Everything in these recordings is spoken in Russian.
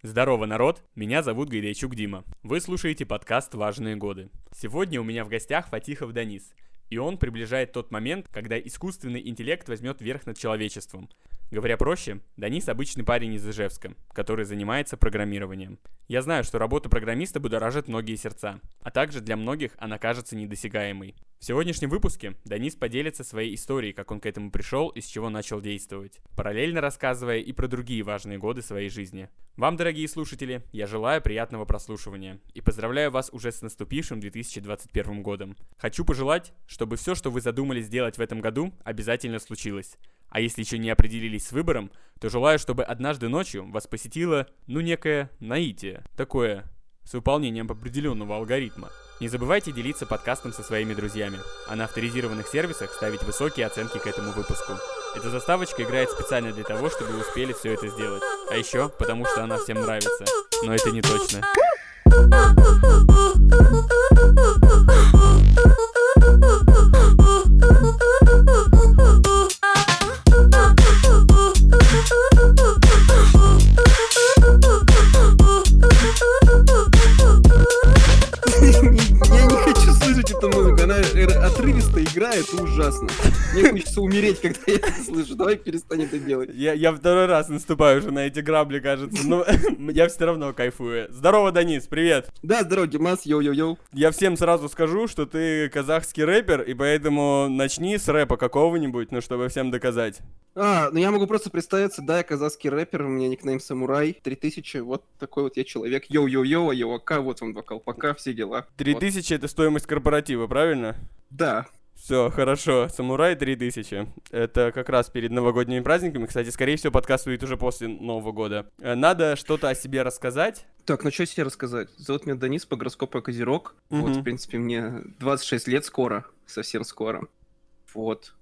Здорово, народ! Меня зовут Гайдайчук Дима. Вы слушаете подкаст «Важные годы». Сегодня у меня в гостях Фатихов Данис, и он приближает тот момент, когда искусственный интеллект возьмет верх над человечеством. Говоря проще, Данис обычный парень из Ижевска, который занимается программированием. Я знаю, что работа программиста будоражит многие сердца, а также для многих она кажется недосягаемой. В сегодняшнем выпуске Данис поделится своей историей, как он к этому пришел и с чего начал действовать, параллельно рассказывая и про другие важные годы своей жизни. Вам, дорогие слушатели, я желаю приятного прослушивания и поздравляю вас уже с наступившим 2021 годом. Хочу пожелать, чтобы все, что вы задумали сделать в этом году, обязательно случилось. А если еще не определились с выбором, то желаю, чтобы однажды ночью вас посетило, некое наитие, такое, с выполнением определенного алгоритма. Не забывайте делиться подкастом со своими друзьями, а на авторизированных сервисах ставить высокие оценки к этому выпуску. Эта заставочка играет специально для того, чтобы вы успели все это сделать. А еще, потому что она всем нравится. Но это не точно. Я не хочу слышать эту музыку, она отрывисто играет и ужасно. Мне хочется умереть, когда я это слышу. Давай перестань это делать. Я второй раз наступаю уже на эти грабли, кажется, но я все равно кайфую. Здорово, Данис, привет! Да, здорово, Димас, йоу-йоу-йоу. Я всем сразу скажу, что ты казахский рэпер, и поэтому начни с рэпа какого-нибудь, чтобы всем доказать. Я могу просто представиться, да, я казахский рэпер, у меня никнейм Самурай, 3000, вот такой вот я человек. Йоу-йоу-йоу, йоака, вот вам два колпака, все дела. 3000 это стоимость корпоратива, правильно? Да. Все, хорошо. Самурай 3000. Это как раз перед новогодними праздниками. Кстати, скорее всего, подкаст выйдет уже после Нового года. Надо что-то о себе рассказать. Так, что себе рассказать? Зовут меня Данис, по гороскопу я Козерог. Вот, в принципе, мне 26 лет скоро, совсем скоро. Вот.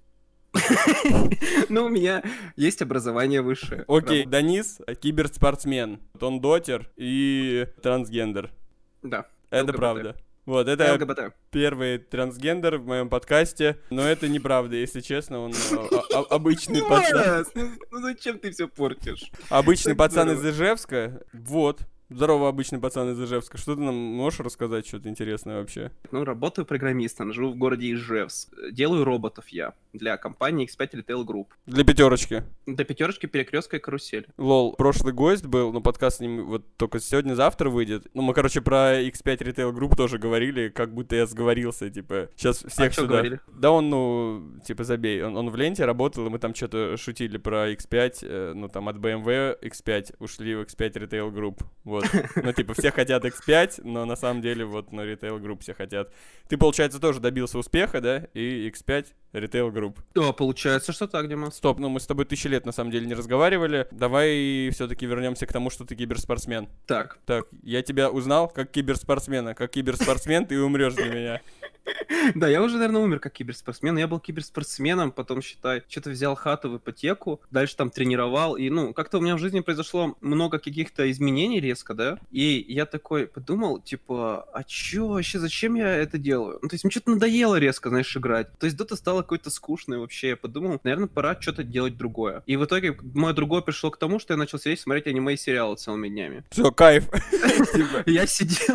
У меня есть образование высшее. Окей, Данис киберспортсмен. Он дотер и трансгендер. Да. Это правда. Вот, это ЛГБТ. Первый трансгендер в моем подкасте, но это неправда, если честно, он обычный пацан. Зачем ты все портишь? Обычный пацан из Ижевска, вот. Здорово, обычный пацан из Ижевска. Что ты нам можешь рассказать, что-то интересное вообще? Работаю программистом, живу в городе Ижевск. Делаю роботов я для компании X5 Retail Group. Для пятерочки. Для пятерочки, Перекрестка и Карусель. Лол, прошлый гость был, но подкаст с ним вот только сегодня-завтра выйдет. Мы, про X5 Retail Group тоже говорили, как будто я сговорился, сейчас всех сюда. Говорили? Да он, забей. Он в ленте работал, и мы там что-то шутили про X5, от BMW X5 ушли в X5 Retail Group, вот. Все хотят X5, но на самом деле на Retail Group все хотят. Ты, получается, тоже добился успеха, да? И X5 Retail Group. Да, получается, что так, Дима. Стоп, мы с тобой 1000 лет на самом деле не разговаривали. Давай все-таки вернемся к тому, что ты киберспортсмен. Так, я тебя узнал как киберспортсмена. Как киберспортсмен ты умрешь для меня. Да, я уже, наверное, умер как киберспортсмен. Я был киберспортсменом, потом, считай, что-то взял хату в ипотеку, дальше там тренировал. И, как-то у меня в жизни произошло много каких-то изменений резко, да? И я такой подумал, а чё вообще, зачем я это делаю? То есть мне что-то надоело резко, знаешь, играть. То есть Дота стало какой-то скучной вообще. Я подумал, наверное, пора что-то делать другое. И в итоге мое другое пришло к тому, что я начал сидеть и смотреть аниме и сериалы целыми днями. Все, кайф. Я сидел,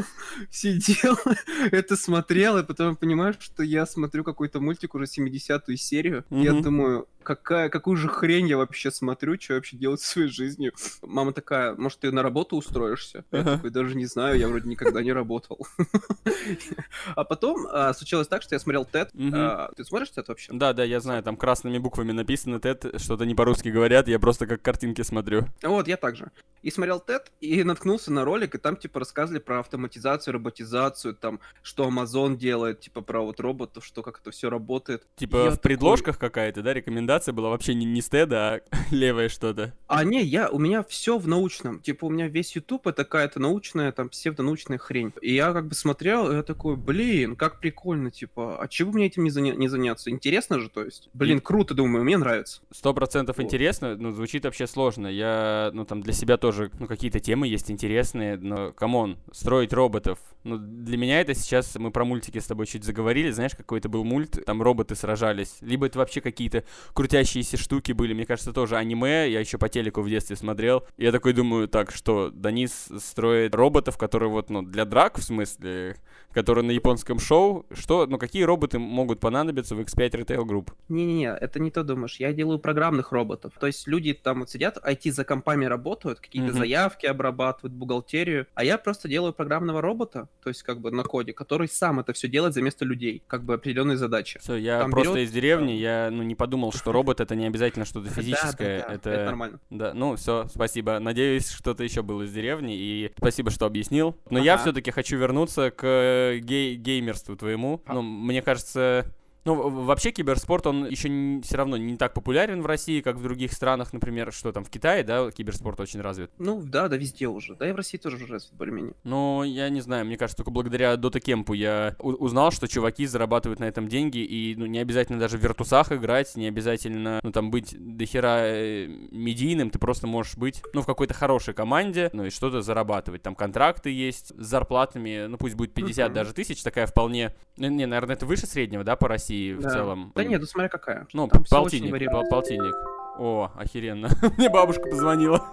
это смотрел, и потом понимаю, что я смотрю какой-то мультик уже 70-ю серию. Я думаю, какую же хрень я вообще смотрю, что я вообще делать в своей жизнью. Мама такая, может, ты на работу устроишься? Я такой, даже не знаю, я вроде никогда не работал. А потом случилось так, что я смотрел TED. Ты смотришь TED вообще? Да, я знаю, там красными буквами написано TED, что-то не по-русски говорят, я просто как картинки смотрю. Вот, я также. И смотрел TED, и наткнулся на ролик, и там, рассказывали про автоматизацию, роботизацию, там, что Amazon делает, про роботов, что как это все работает. В предложках какая-то, да, рекомендация была вообще не с TED, а левое что-то. У меня все в научном. У меня весь YouTube это какая-то научная, там, псевдонаучная хрень. И я смотрел, и я такой, как прикольно, а чего мне этим не заняться? Интересно же, то есть? Круто, думаю, мне нравится. 100% интересно, звучит вообще сложно. Я, для себя тоже, какие-то темы есть интересные, но, камон, строить роботов. Для меня это сейчас, мы про мультики с тобой чуть заговорили, знаешь, какой-то был мульт, там роботы сражались. Либо это вообще какие-то крутящиеся штуки были, мне кажется, тоже аниме, я еще по телеку в детстве смотрел. Я такой думаю, так, что Данис строит роботов, которые вот, ну, для драк, в смысле, которые на японском шоу, что, ну, какие роботы могут понадобиться в X5 Retail Group? Не-не-не, это не то думаешь. Я делаю программных роботов. То есть люди там вот сидят, IT за компами работают, какие-то заявки обрабатывают, бухгалтерию, а я просто делаю программного робота, то есть как бы на коде, который сам это все делает за место людей, как бы определенные задачи. Все, я Там просто берет, из деревни, я, ну, не подумал, что робот это не обязательно что-то физическое. Да, это нормально. Да, ну, все, спасибо. Надеюсь, что-то еще было из деревни, и спасибо, что объяснил. Но я все-таки хочу вернуться к геймерству твоему. Ну, мне кажется... Ну, вообще киберспорт, он еще все равно не так популярен в России, как в других странах, например, что там в Китае, да, киберспорт очень развит. Ну, да, везде уже. Да и в России тоже уже развит более-менее. Ну, я не знаю, мне кажется, только благодаря Dota Camp'у я узнал, что чуваки зарабатывают на этом деньги, и, ну, не обязательно даже в Виртусах играть, не обязательно, ну, там, быть дохера медийным, ты просто можешь быть, ну, в какой-то хорошей команде, ну, и что-то зарабатывать. Там контракты есть с зарплатами, ну, пусть будет 50 даже тысяч, такая вполне, не, наверное, это выше среднего, да, по России в целом. Да нет, ну смотря какая. Ну, там полтинник. О, охеренно. Мне бабушка позвонила.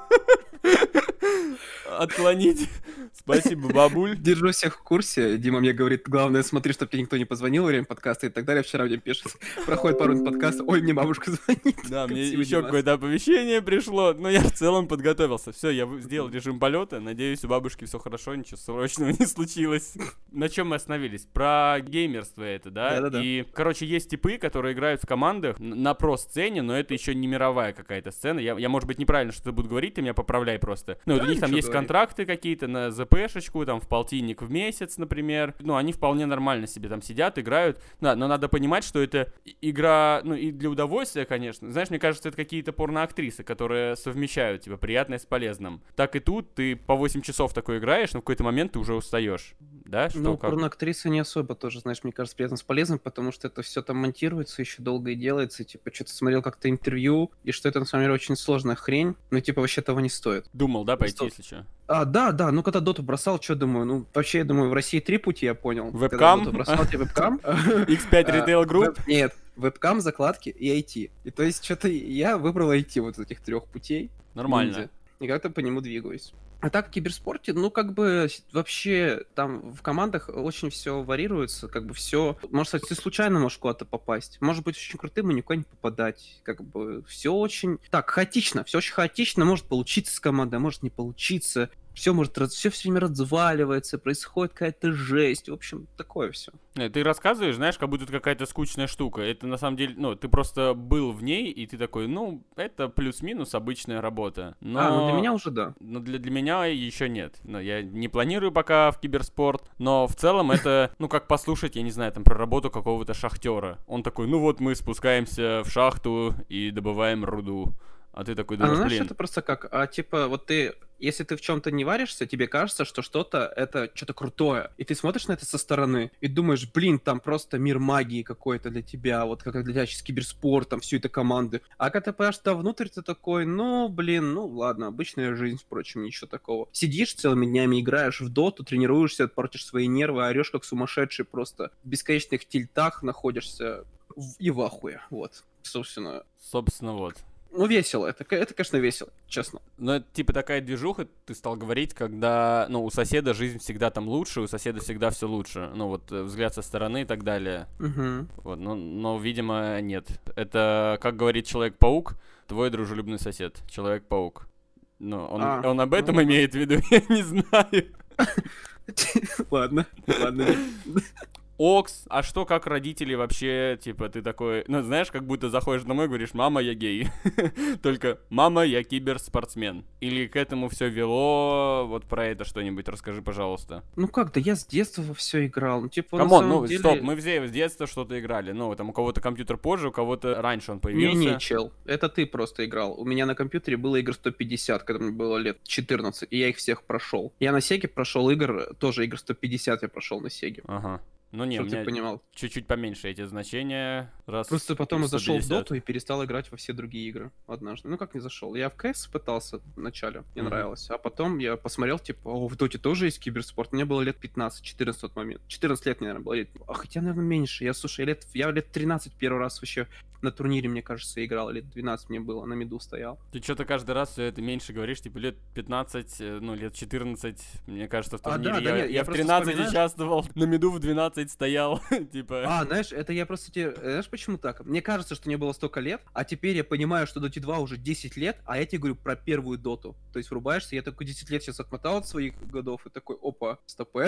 Отклонить. Спасибо, бабуль. Держу всех в курсе. Дима мне говорит, главное, смотри, чтобы тебе никто не позвонил во время подкаста и так далее. Вчера мне пишет, проходит пару минут подкаста, ой, мне бабушка звонит. Да, мне еще какое-то оповещение пришло, но я в целом подготовился. Все, я сделал режим полета, надеюсь, у бабушки все хорошо, ничего срочного не случилось. На чем мы остановились? Про геймерство это, да? Да-да-да. И, короче, есть типы, которые играют в командах на про-сцене, но это еще не мировая какая-то сцена. Я, может быть, неправильно что-то буду говорить, ты меня поправляй просто. Ну, вот у них там есть контракты какие-то на ЗПшечку, там, в полтинник в месяц, например. Ну, они вполне нормально себе там сидят, играют. Да, но надо понимать, что это игра, ну, и для удовольствия, конечно. Знаешь, мне кажется, это какие-то порноактрисы, которые совмещают, типа, приятное с полезным. Так и тут ты по 8 часов такой играешь, но в какой-то момент ты уже устаешь. Да, что, ну, как? порноактриса не особо тоже, знаешь, мне кажется, приятно с полезным, потому что это все там монтируется еще долго и делается, и, типа, что-то смотрел как-то интервью, и что это, на самом деле, очень сложная хрень, но, типа, вообще того не стоит. Думал, да, пойти, если что? Да, ну, когда доту бросал, что думаю, ну, вообще, я думаю, в России 3 пути, я понял. Вебкам? Когда доту бросал, тебе вебкам. X5 Retail Group? Нет, вебкам, закладки и IT. И то есть, что-то я выбрал IT вот из этих 3 путей. Нормально. И как-то по нему двигаюсь. А так в киберспорте, ну, как бы, вообще, там в командах очень все варьируется, как бы все. Может, кстати, ты случайно можешь куда-то попасть. Может быть очень крутым и никуда не попадать. Как бы, все очень... Так, хаотично, все очень хаотично. Может получиться с командой, может не получиться. Все может, все время разваливается, происходит какая-то жесть. В общем, такое все. Ты рассказываешь, знаешь, как будто это какая-то скучная штука. Это на самом деле, ну, ты просто был в ней, и ты такой, ну, это плюс-минус обычная работа. Но... ну для меня уже да. Но для меня еще нет. Но я не планирую пока в киберспорт, но в целом это, ну, как послушать, я не знаю, там, про работу какого-то шахтера. Он такой, ну вот мы спускаемся в шахту и добываем руду. А ты такой думаешь, знаешь, блин. это просто как, типа, вот ты, если ты в чем-то не варишься, тебе кажется, что что-то это что-то крутое. И ты смотришь на это со стороны и думаешь, блин, там просто мир магии какой-то для тебя, вот как для тебя сейчас киберспорт, там всю эту команды. А когда ты понимаешь, что внутрь, ты такой, ну, блин, ну ладно, обычная жизнь, впрочем, ничего такого. Сидишь целыми днями, играешь в доту, тренируешься, портишь свои нервы, орешь как сумасшедший, просто в бесконечных тильтах находишься и в ахуе, вот, собственно. Собственно, вот. Ну, весело. Это, конечно, весело, честно. Но это, типа, такая движуха, ты стал говорить, когда, ну, у соседа жизнь всегда там лучше, у соседа всегда все лучше. Ну, вот, взгляд со стороны и так далее. Угу. Вот, но, видимо, нет. Это, как говорит Человек-паук, твой дружелюбный сосед. Человек-паук. Ну, он об этом имеет в виду, я не знаю. Ладно. Окс, а что, как родители вообще, типа, ты такой, ну, знаешь, как будто заходишь домой и говоришь, мама, я гей. Только, мама, я киберспортсмен. Или к этому все вело, вот про это что-нибудь расскажи, пожалуйста. Ну как, да я с детства во все играл. Ну, типа, камон, ну, стоп, мы все с детства что-то играли. Ну, там у кого-то компьютер позже, у кого-то раньше он появился. Не, чел, это ты просто играл. У меня на компьютере было игр 150, когда мне было лет 14, и я их всех прошел. Я на Сеге прошел игр 150 я прошел на Сеге. Ага. Ну не, у меня понимал. Чуть-чуть поменьше эти значения. Раз просто потом я зашел в доту и перестал играть во все другие игры однажды. Ну как не зашел? Я в КС пытался вначале, мне нравилось. А потом я посмотрел, типа, в доте тоже есть киберспорт. Мне было лет 15-14 в тот момент. 14 лет мне, наверное, было лет. А хотя, наверное, меньше. Я лет 13 первый раз вообще на турнире, мне кажется, играл, лет 12 мне было, на миду стоял. Ты что-то каждый раз все это меньше говоришь, типа лет 15, ну лет 14, мне кажется, в турнире я в 13 участвовал, на миду в 12 стоял, типа... Знаешь, это я просто тебе... Знаешь, почему так? Мне кажется, что мне было столько лет, а теперь я понимаю, что Dota 2 уже 10 лет, а я тебе говорю про первую доту. То есть врубаешься, я такой 10 лет сейчас отмотал от своих годов, и такой, опа, стопэ.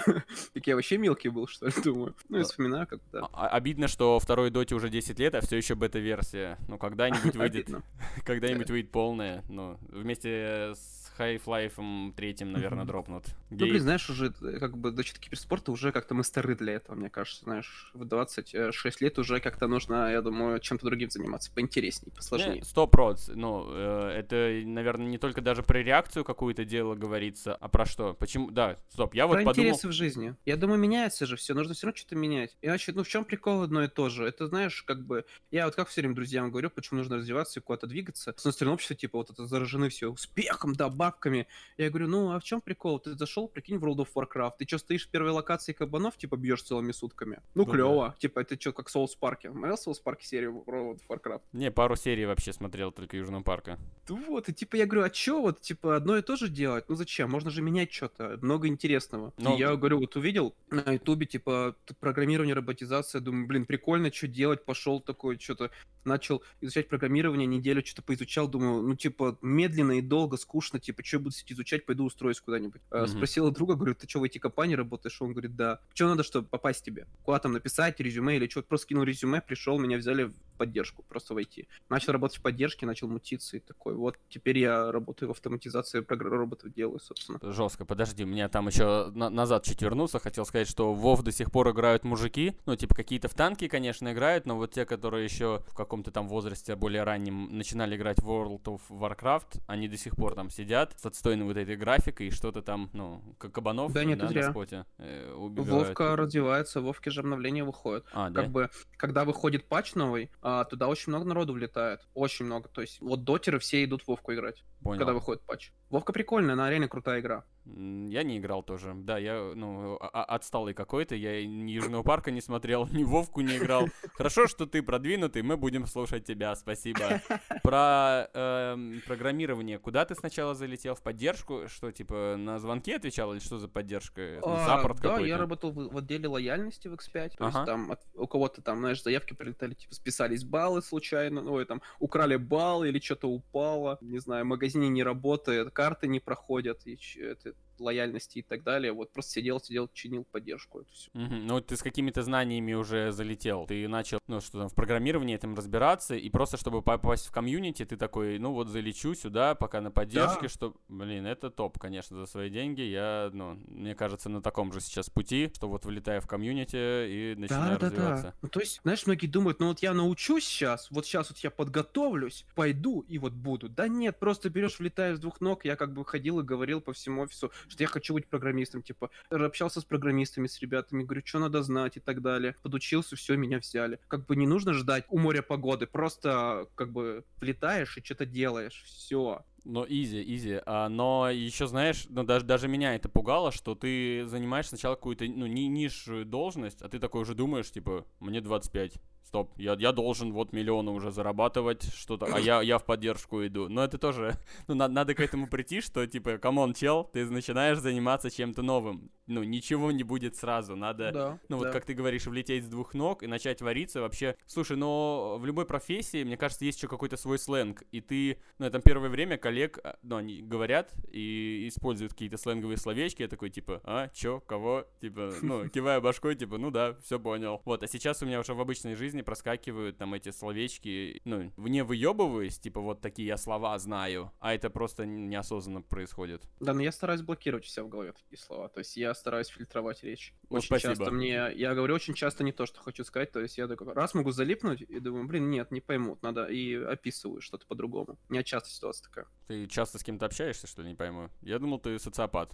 Так я вообще мелкий был, что ли, думаю. Ну, я вспоминаю, как да. Обидно, что второй доте уже 10 лет, а все еще бета-версия. Ну, когда-нибудь выйдет... Когда-нибудь выйдет полная, ну, вместе с Half-Life 3, наверное, дропнут. Ну, блин, знаешь, уже, как бы, до киберспорта уже как-то мы стары для этого, мне кажется, знаешь, в 26 лет уже как-то нужно, я думаю, чем-то другим заниматься, поинтереснее, посложнее. 100%, ну, это, наверное, не только даже про реакцию какую-то дело говорится, а про что? Почему? Да, стоп, я вот про подумал... интересы в жизни. Я думаю, меняется же все, нужно все равно что-то менять. Иначе, ну, в чем прикол одно и то же? Это, знаешь, как бы, я вот как все время друзьям говорю, почему нужно развиваться и куда-то двигаться. С стороны общества, типа, вот это заражены все успехом, да, бабками. Я говорю, ну, а в чем прикол? Ты зашел, прикинь, в World of Warcraft, ты что, стоишь в первой локации кабанов, типа, бьешь целыми сутками? Ну, клево. Да. Типа, это что, как в Souls Park? Смотрел Souls Park серию World of Warcraft? Не, пару серий вообще смотрел, только Южного парка. Вот, и типа, я говорю, а чё вот, типа, одно и то же делать? Ну, зачем? Можно же менять что-то, много интересного. Но... И я говорю, вот увидел на ютубе, типа, программирование, роботизация, думаю, блин, прикольно, что делать, пошел такой, что-то начал изучать программирование, неделю что-то поизучал, думаю, ну, типа, медленно и долго, скучно, типа, что я буду изучать, пойду устроюсь куда-нибудь. Спросила друга, говорю, ты что, в IT-компании работаешь? Он говорит, да. Что надо, чтобы попасть тебе? Куда там написать, резюме или что? Просто кинул резюме, пришел, меня взяли в поддержку, просто войти. Начал работать в поддержке, начал мутиться и такой, вот, теперь я работаю в автоматизации роботов, делаю, собственно. Жестко, подожди, у меня там еще назад чуть вернуться, хотел сказать, что в WoW до сих пор играют мужики, ну, типа, какие-то в танки, конечно, играют, но вот те, которые еще в каком-то там возрасте более раннем начинали играть в World of Warcraft, они до сих пор там сидят с отстойной вот этой графикой и что-то там, ну, как кабанов, да, нет, да, на споте убивают. Вовка развивается, в Вовке же обновления выходят. Да? Как бы, когда выходит патч новый, туда очень много народу влетает, очень много, то есть, вот дотеры все идут в Вовку играть. Понял. Когда выходит патч. Вовка прикольная, она реально крутая игра. Я не играл тоже. Да, я, ну, отсталый какой-то. Я ни Южного парка не смотрел, ни Вовку не играл. Хорошо, что ты продвинутый, мы будем слушать тебя, спасибо. Про программирование. Куда ты сначала залетел? В поддержку? Что, типа, на звонки отвечал или что за поддержка? Саппорт какой-то? Да, я работал в отделе лояльности в X5. То есть там у кого-то там, знаешь, заявки прилетали, типа, списались баллы случайно, ну, и там украли баллы или что-то упало. Не знаю, в магазине не работает, карты не проходят, и это лояльности и так далее. Вот просто сидел, чинил поддержку. Это все. Ну, ты с какими-то знаниями уже залетел. Ты начал, ну, что там, в программировании этим разбираться, и просто, чтобы попасть в комьюнити, ты такой, ну, вот залечу сюда, пока на поддержке, что, блин, это топ, конечно, за свои деньги. Я, ну, мне кажется, на таком же сейчас пути, что вот вылетаю в комьюнити и начинаю развиваться. Да. Ну, то есть, знаешь, многие думают, ну, вот я научусь сейчас вот я подготовлюсь, пойду и вот буду. Да нет, просто берешь, влетаешь с двух ног. Я как бы ходил и говорил по всему офису, что я хочу быть программистом, типа, общался с программистами, с ребятами, говорю, что надо знать и так далее. Подучился, все, меня взяли. Как бы не нужно ждать у моря погоды, просто как бы влетаешь и что-то делаешь, все. Ну, изи. Но еще, знаешь, ну, даже меня это пугало, что ты занимаешь сначала какую-то, ну, низшую должность, а ты такой уже думаешь, типа, мне 25. Стоп, я должен вот миллионы уже зарабатывать, что-то, а я в поддержку иду. Но это тоже, ну, надо к этому прийти, что, типа, камон, чел, ты начинаешь заниматься чем-то новым. Ну, ничего не будет сразу, надо, вот как ты говоришь, влететь с двух ног и начать вариться вообще. Слушай, но в любой профессии, мне кажется, есть еще какой-то свой сленг, и ты, ну, там первое время коллег, ну, они говорят и используют какие-то сленговые словечки, я такой, типа, чё, кого, типа, ну, киваю башкой, типа, ну да, все понял. Вот, а сейчас у меня уже в обычной жизни проскакивают там эти словечки, ну, не выебываясь, типа, вот такие я слова знаю, а это просто неосознанно происходит. Да, но я стараюсь блокировать у себя в голове такие слова, то есть я стараюсь фильтровать речь. Очень спасибо. Часто я говорю очень часто не то, что хочу сказать, то есть я такой, раз могу залипнуть и думаю, блин, нет, не поймут, надо, и описываю что-то по-другому. У меня часто ситуация такая. Ты часто с кем-то общаешься, что ли, не пойму? Я думал, ты социопат.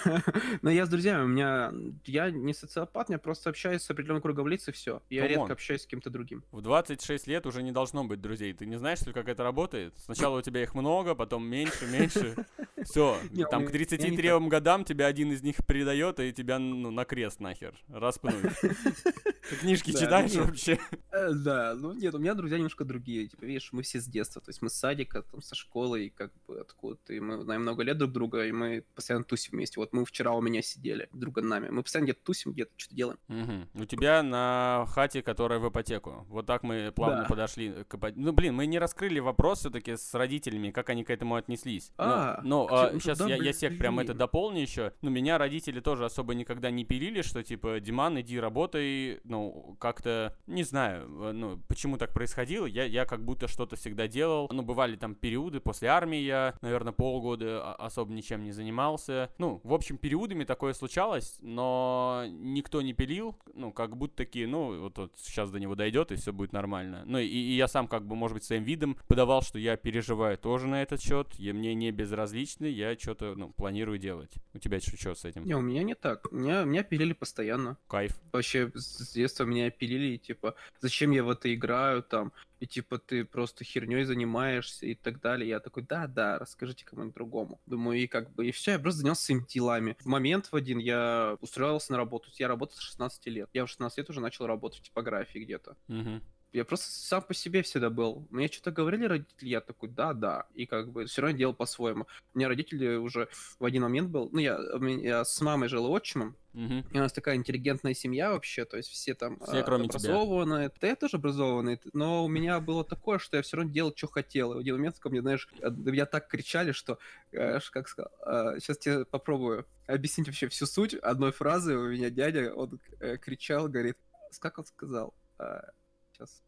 Но я с друзьями, я не социопат, я просто общаюсь с определенным кругом лиц и все. Я редко общаюсь с кем-то другим. В 26 лет уже не должно быть друзей. Ты не знаешь, что ли, как это работает? Сначала у тебя их много, потом меньше. Все, Не, там к у меня не 33 так. годам тебя один из них предает, и тебя, ну, на крест нахер распнуть. Ты книжки Да, читаешь нет. вообще? Да, ну нет, у меня друзья немножко другие. Типа, видишь, мы все с детства. То есть мы с садика, там, со школы, и как бы откуда-то. И мы знаем много лет друг друга, и мы постоянно тусим вместе. Вот мы вчера у меня сидели, друга нами. Мы постоянно где-то тусим, где-то что-то делаем. Мгм. У тебя на хате, которая в ипотеку. Вот так мы плавно Да. подошли к Ну, блин, мы не раскрыли вопрос все-таки с родителями, как они к этому отнеслись. Сейчас да, я всех прям это блин. дополню еще. Ну, меня родители тоже особо никогда не пилили, что типа, Диман, иди работай. Ну, как-то, не знаю, ну, почему так происходило. Я как будто что-то всегда делал. Ну, бывали там периоды после армии, я, наверное, полгода особо ничем не занимался. Ну, в общем, периодами такое случалось, но никто не пилил. Ну, как будто такие, ну, вот сейчас до него дойдет, и все будет нормально. Ну, и я сам, как бы, может быть, своим видом подавал, что я переживаю тоже на этот счет. Мне не безразлично, я что-то, ну, планирую делать. У тебя что с этим? Не, у меня не так. Меня пилили постоянно. Кайф. Вообще с детства меня пилили, и, типа, зачем я в это играю, там, и типа ты просто херней занимаешься и так далее. Я такой, да, расскажите кому-нибудь другому. Думаю, и как бы, и все, я просто занялся своими делами. В момент в один я устроился на работу. Я работал с 16 лет. Я в 16 лет уже начал работать в типографии где-то. Угу. Я просто сам по себе всегда был. Мне что-то говорили родители, я такой, да. И как бы все равно делал по-своему. У меня родители уже в один момент был... Ну, я с мамой жил и отчимом. Угу. И у нас такая интеллигентная семья вообще, то есть все там Все, кроме тебя. образованные. Да я тоже образованный, но у меня было такое, что я все равно делал, что хотел. И в один момент ко мне, знаешь, на меня так кричали, что, как сказал, сейчас тебе попробую объяснить вообще всю суть одной фразы. У меня дядя, он кричал, говорит, как он сказал? Сейчас.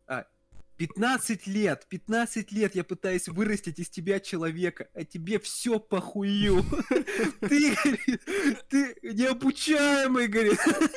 15 лет я пытаюсь вырастить из тебя человека, а тебе все похую. Ты, говорит, ты необучаемый, говорит.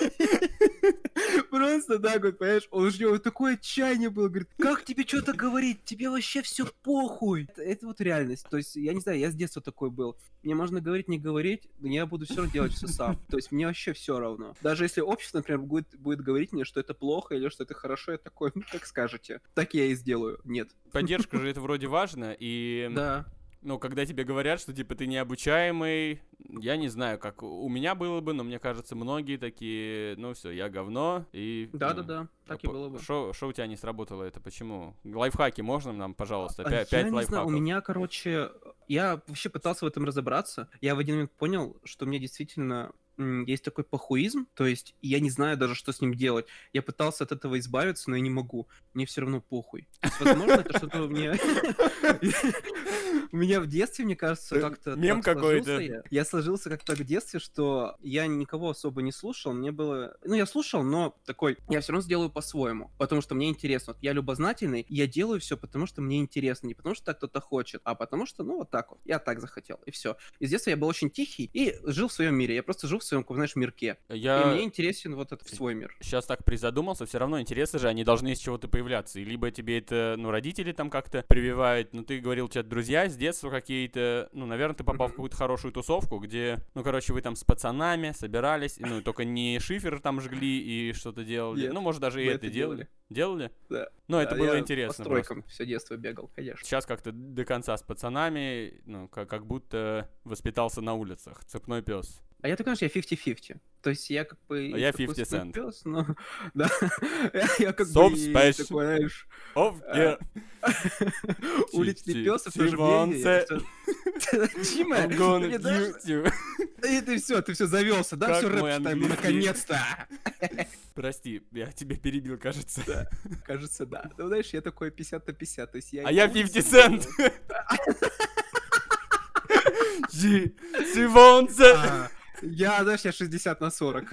Просто так вот, понимаешь, он у него такое отчаяние было, говорит, как тебе что-то говорить, тебе вообще все похуй. Это вот реальность, то есть, я не знаю, я с детства такой был. Мне можно говорить, не говорить, но я буду все равно делать все сам. То есть, мне вообще все равно. Даже если общество, например, будет говорить мне, что это плохо или что это хорошо, я такой, ну, как скажете. Так я и сделаю. Нет. Поддержка же это вроде важно, и... Да. Ну, когда тебе говорят, что, типа, ты необучаемый, я не знаю, как у меня было бы, но мне кажется, многие такие, ну, все, я говно, и... Да, так и было бы. Шо у тебя не сработало это? Почему? Лайфхаки можно нам, пожалуйста? Я 5 не знаю, лайфхаков. у меня, короче, я вообще пытался в этом разобраться. Я в один момент понял, что мне действительно есть такой похуизм, то есть я не знаю даже, что с ним делать. Я пытался от этого избавиться, но я не могу. Мне все равно похуй. То есть, возможно, это что-то у меня... У меня в детстве, мне кажется, как-то... Мем какой-то. Я сложился как-то в детстве, что я никого особо не слушал. Мне было... Ну, я слушал, но такой... Я все равно сделаю по-своему, потому что мне интересно. Вот я любознательный, и я делаю все, потому что мне интересно. Не потому что так кто-то хочет, а потому что, ну, вот так вот. Я так захотел, и все. И с детства я был очень тихий и жил в своем мире. Я просто жил в своем, знаешь, мирке. И мне интересен вот этот свой мир. Сейчас так призадумался, все равно интересы же, они должны из чего-то появляться. И либо тебе это, ну, родители там как-то прививают, ну, ты говорил, у тебя друзья с детства какие-то, ну, наверное, ты попал в какую-то хорошую тусовку, где, ну, короче, вы там с пацанами собирались, ну, только не шифер там жгли и что-то делали. Нет, ну, может, даже и это делали. Делали? Да. Ну, это было я интересно. По стройкам все детство бегал, конечно. Сейчас как-то до конца с пацанами, ну, как будто воспитался на улицах. Цепной пес. А я, ты знаешь, я 50-50. То есть я как бы... А я 50 Cent. Пес, но... Да. Я как So бы special. такой, знаешь... Уличный пес, и в то же время... Дима, I'm gonna get you. И ты все завелся, да? Как Все, рэп мой читаем, английский. наконец-то! Прости, я тебя перебил, кажется. Да, кажется, да. Ну, знаешь, я такой 50 на 50. То есть я... А я 50 Cent. Сивонце. Я, знаешь, я 60 на 40.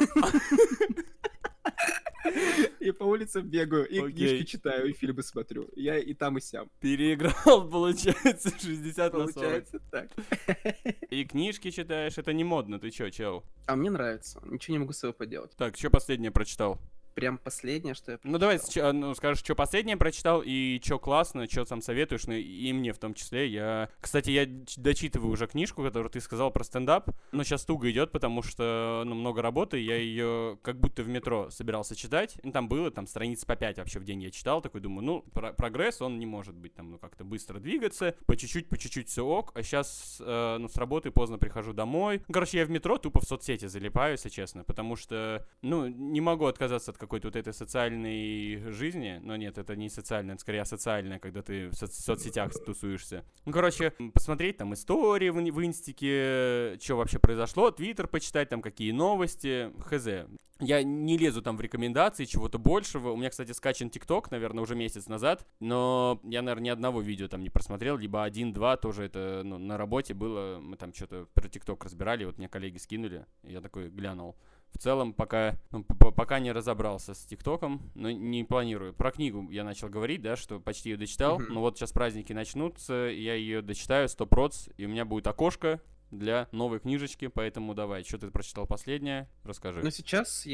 И по улицам бегаю, и книжки читаю, и фильмы смотрю. Я и там, и сям. Переиграл, получается, 60 на 40. Получается так. И книжки читаешь, это не модно, ты чё, чел? А мне нравится, ничего не могу с собой поделать. Так, что последнее прочитал? прям последнее, что я Ну, давай, прочитал. скажешь, что последнее прочитал, и что классно, что сам советуешь, ну, и мне в том числе. Кстати, я дочитываю уже книжку, которую ты сказал про стендап, но сейчас туго идет, потому что, ну, много работы, я ее как будто в метро собирался читать, ну, там было, там, страниц по 5 вообще в день я читал, такой думаю, ну, прогресс, он не может быть там, ну, как-то быстро двигаться, по чуть-чуть все ок, а сейчас, ну, с работы поздно прихожу домой. Ну, короче, я в метро тупо в соцсети залипаю, если честно, потому что, ну, не могу отказаться от какой-то вот этой социальной жизни, но нет, это не социальная, это скорее асоциальная, когда ты в соцсетях тусуешься. Ну, короче, посмотреть там истории в инстике, что вообще произошло, твиттер почитать, там какие новости, хз. Я не лезу там в рекомендации чего-то большего. У меня, кстати, скачан ТикТок, наверное, уже месяц назад, но я, наверное, ни одного видео там не просмотрел, либо один-два тоже это, ну, на работе было, мы там что-то про ТикТок разбирали, вот мне коллеги скинули, и я такой глянул. В целом, пока не разобрался с ТикТоком, но не планирую. Про книгу я начал говорить, да, что почти ее дочитал, но вот сейчас праздники начнутся, я ее дочитаю 100%, и у меня будет окошко для новой книжечки, поэтому давай, что ты прочитал последнее, расскажи. Ну, сейчас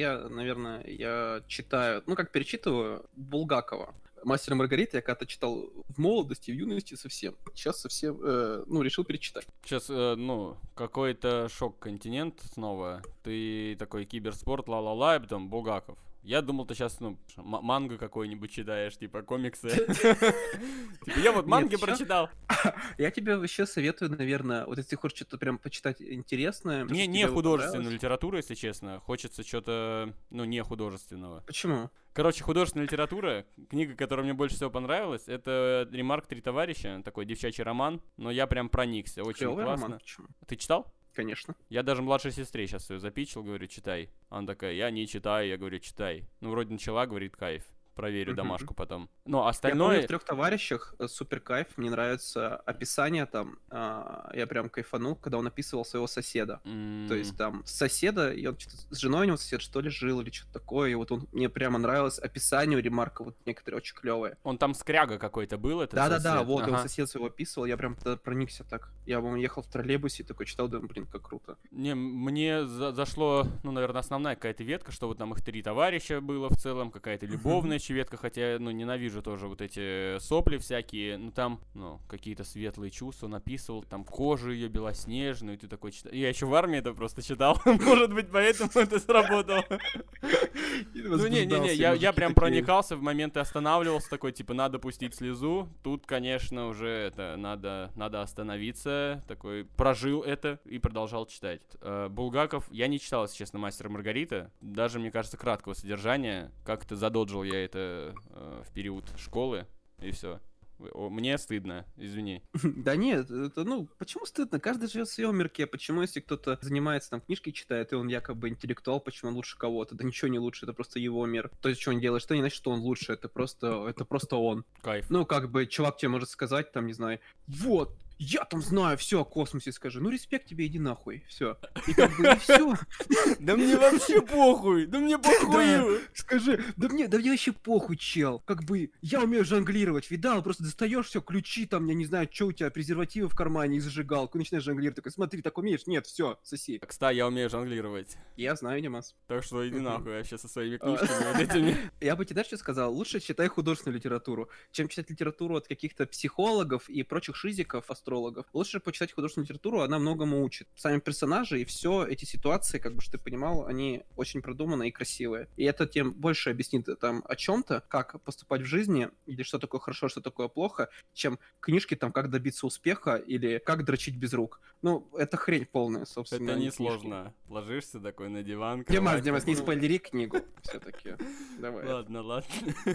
я читаю, ну, как перечитываю Булгакова. «Мастера и Маргарита» я когда-то читал в молодости, в юности совсем. Сейчас совсем, решил перечитать. Сейчас, ну, какой-то шок-континент снова. Ты такой киберспорт, ла-ла-ла, и потом Булгаков. Я думал, ты сейчас, ну, манго какой-нибудь читаешь, типа комиксы. Типа, я вот манги прочитал. Я тебе вообще советую, наверное, вот если хочешь что-то прям почитать интересное. Не художественную литературу, если честно. Хочется что-то, ну, не художественного. Почему? Короче, художественная литература, книга, которая мне больше всего понравилась, это «Ремарк. Три товарища», такой девчачий роман, но я прям проникся, очень Клёвый классно. роман, почему? Ты читал? Конечно. Я даже младшей сестре сейчас ее запичил, говорю, читай. Она такая, я не читаю, я говорю, читай. Ну, вроде начала, говорит, кайф. Проверю домашку потом. Но остальное... Я помню, в «Трех товарищах» супер кайф. Мне нравится описание там. Я прям кайфанул, когда он описывал своего соседа. То есть там соседа, и он что-то с женой у него сосед, что ли, жил, или что-то такое. И вот мне прямо нравилось описание у Ремарка, вот некоторые очень клевые. Он там скряга какой-то был, этот сосед? Да, вот, его сосед своего описывал, я прям проникся так. Я, по-моему, ехал в троллейбусе и такой читал, думаю, блин, как круто. Не, мне зашло, ну, наверное, основная какая-то ветка, что вот там их 3 товарища было в целом, какая-то любовная ветка, хотя, ну, ненавижу тоже вот эти сопли всякие, ну, там, ну, какие-то светлые чувства написывал, там, кожу ее белоснежную, и ты такой читал. Я еще в армии это просто читал, может быть, поэтому это сработало. Ну, не-не-не, я прям проникался, в моменты останавливался, такой, типа, надо пустить слезу, тут, конечно, уже это, надо остановиться, такой, прожил это и продолжал читать. Булгаков, я не читал, если честно, «Мастера и Маргарита», даже, мне кажется, краткого содержания, как-то задоджил я это в период школы, и все. Мне стыдно, извини. Да нет, это, ну, почему стыдно? Каждый живет в своем мирке. Почему, если кто-то занимается, там, книжки читает, и он якобы интеллектуал, почему он лучше кого-то? Да ничего не лучше, это просто его мир. То есть, что он делает, что не значит, что он лучше, это просто он. Кайф. Ну, как бы, чувак тебе может сказать, там, не знаю, вот, я там знаю все о космосе, скажи. Ну, респект тебе, иди нахуй, все. И как бы, и все. Да мне вообще похуй, да мне похую. Скажи, да мне вообще похуй, чел. Как бы, я умею жонглировать, видал, просто достаешь все, ключи там, я не знаю, что у тебя, презервативы в кармане и зажигалку, начинаешь жонглировать, такой, смотри, так умеешь? Нет, все, соси. Кстати, я умею жонглировать. Я знаю, Димас. Так что иди нахуй вообще со своими книжками вот этими. Я бы тебе дальше сказал, лучше читай художественную литературу, чем читать литературу от каких-то психологов и прочих шизиков, астрологов. Лучше почитать художественную литературу, она многому учит. Сами персонажи и все эти ситуации, как бы, что ты понимал, они очень продуманные и красивые. И это тем больше объяснит там о чем-то, как поступать в жизни, или что такое хорошо, что такое плохо, чем книжки там, как добиться успеха или как дрочить без рук. Ну, это хрень полная, собственно. Это несложно. Ложишься такой на диван. Димас, не спойлери книгу все-таки. Давай. Ладно.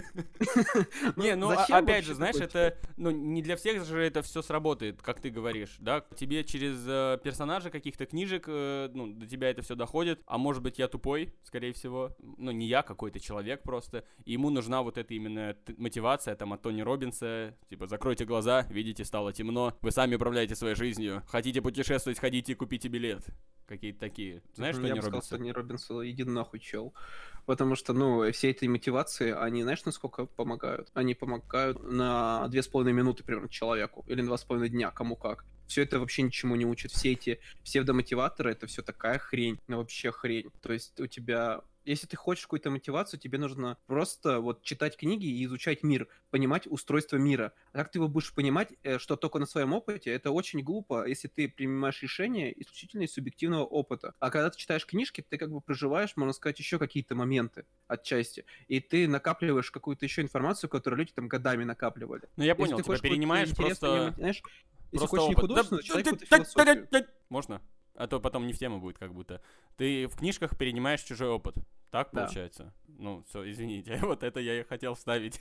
Не, ну опять же, знаешь, это, ну, не для всех же это все сработает, как ты говоришь, да? Тебе через персонажей каких-то книжек, ну, до тебя это все доходит, а может быть я тупой, скорее всего, ну, не я, какой-то человек просто, и ему нужна вот эта именно мотивация, там, от Тони Роббинса, типа, закройте глаза, видите, стало темно, вы сами управляете своей жизнью, хотите путешествовать, ходите и купите билет. Какие-то такие. Знаешь, Тони Роббинса? Я бы сказал, Тони Роббинса, иди нахуй, чел. Потому что, ну, все эти мотивации, они, знаешь, насколько помогают? Они помогают на 2,5 минуты, примерно, человеку. Или на 2,5 дня, кому как. Все это вообще ничему не учит. Все эти псевдомотиваторы, это все такая хрень. Ну, вообще хрень. То есть у тебя Если ты хочешь какую-то мотивацию, тебе нужно просто вот читать книги и изучать мир, понимать устройство мира. А как ты его будешь понимать, что только на своем опыте, это очень глупо, если ты принимаешь решения исключительно из субъективного опыта. А когда ты читаешь книжки, ты как бы проживаешь, можно сказать, еще какие-то моменты отчасти. И ты накапливаешь какую-то еще информацию, которую люди там годами накапливали. Ну, я понял, типа перенимаешь просто... Знаешь, если Просто хочешь не опыт. художественно, читай какую-то философию. Можно? А то потом не в тему будет как будто. Ты в книжках перенимаешь чужой опыт. Так Да. получается? Ну, все, извините. Вот это я и хотел вставить.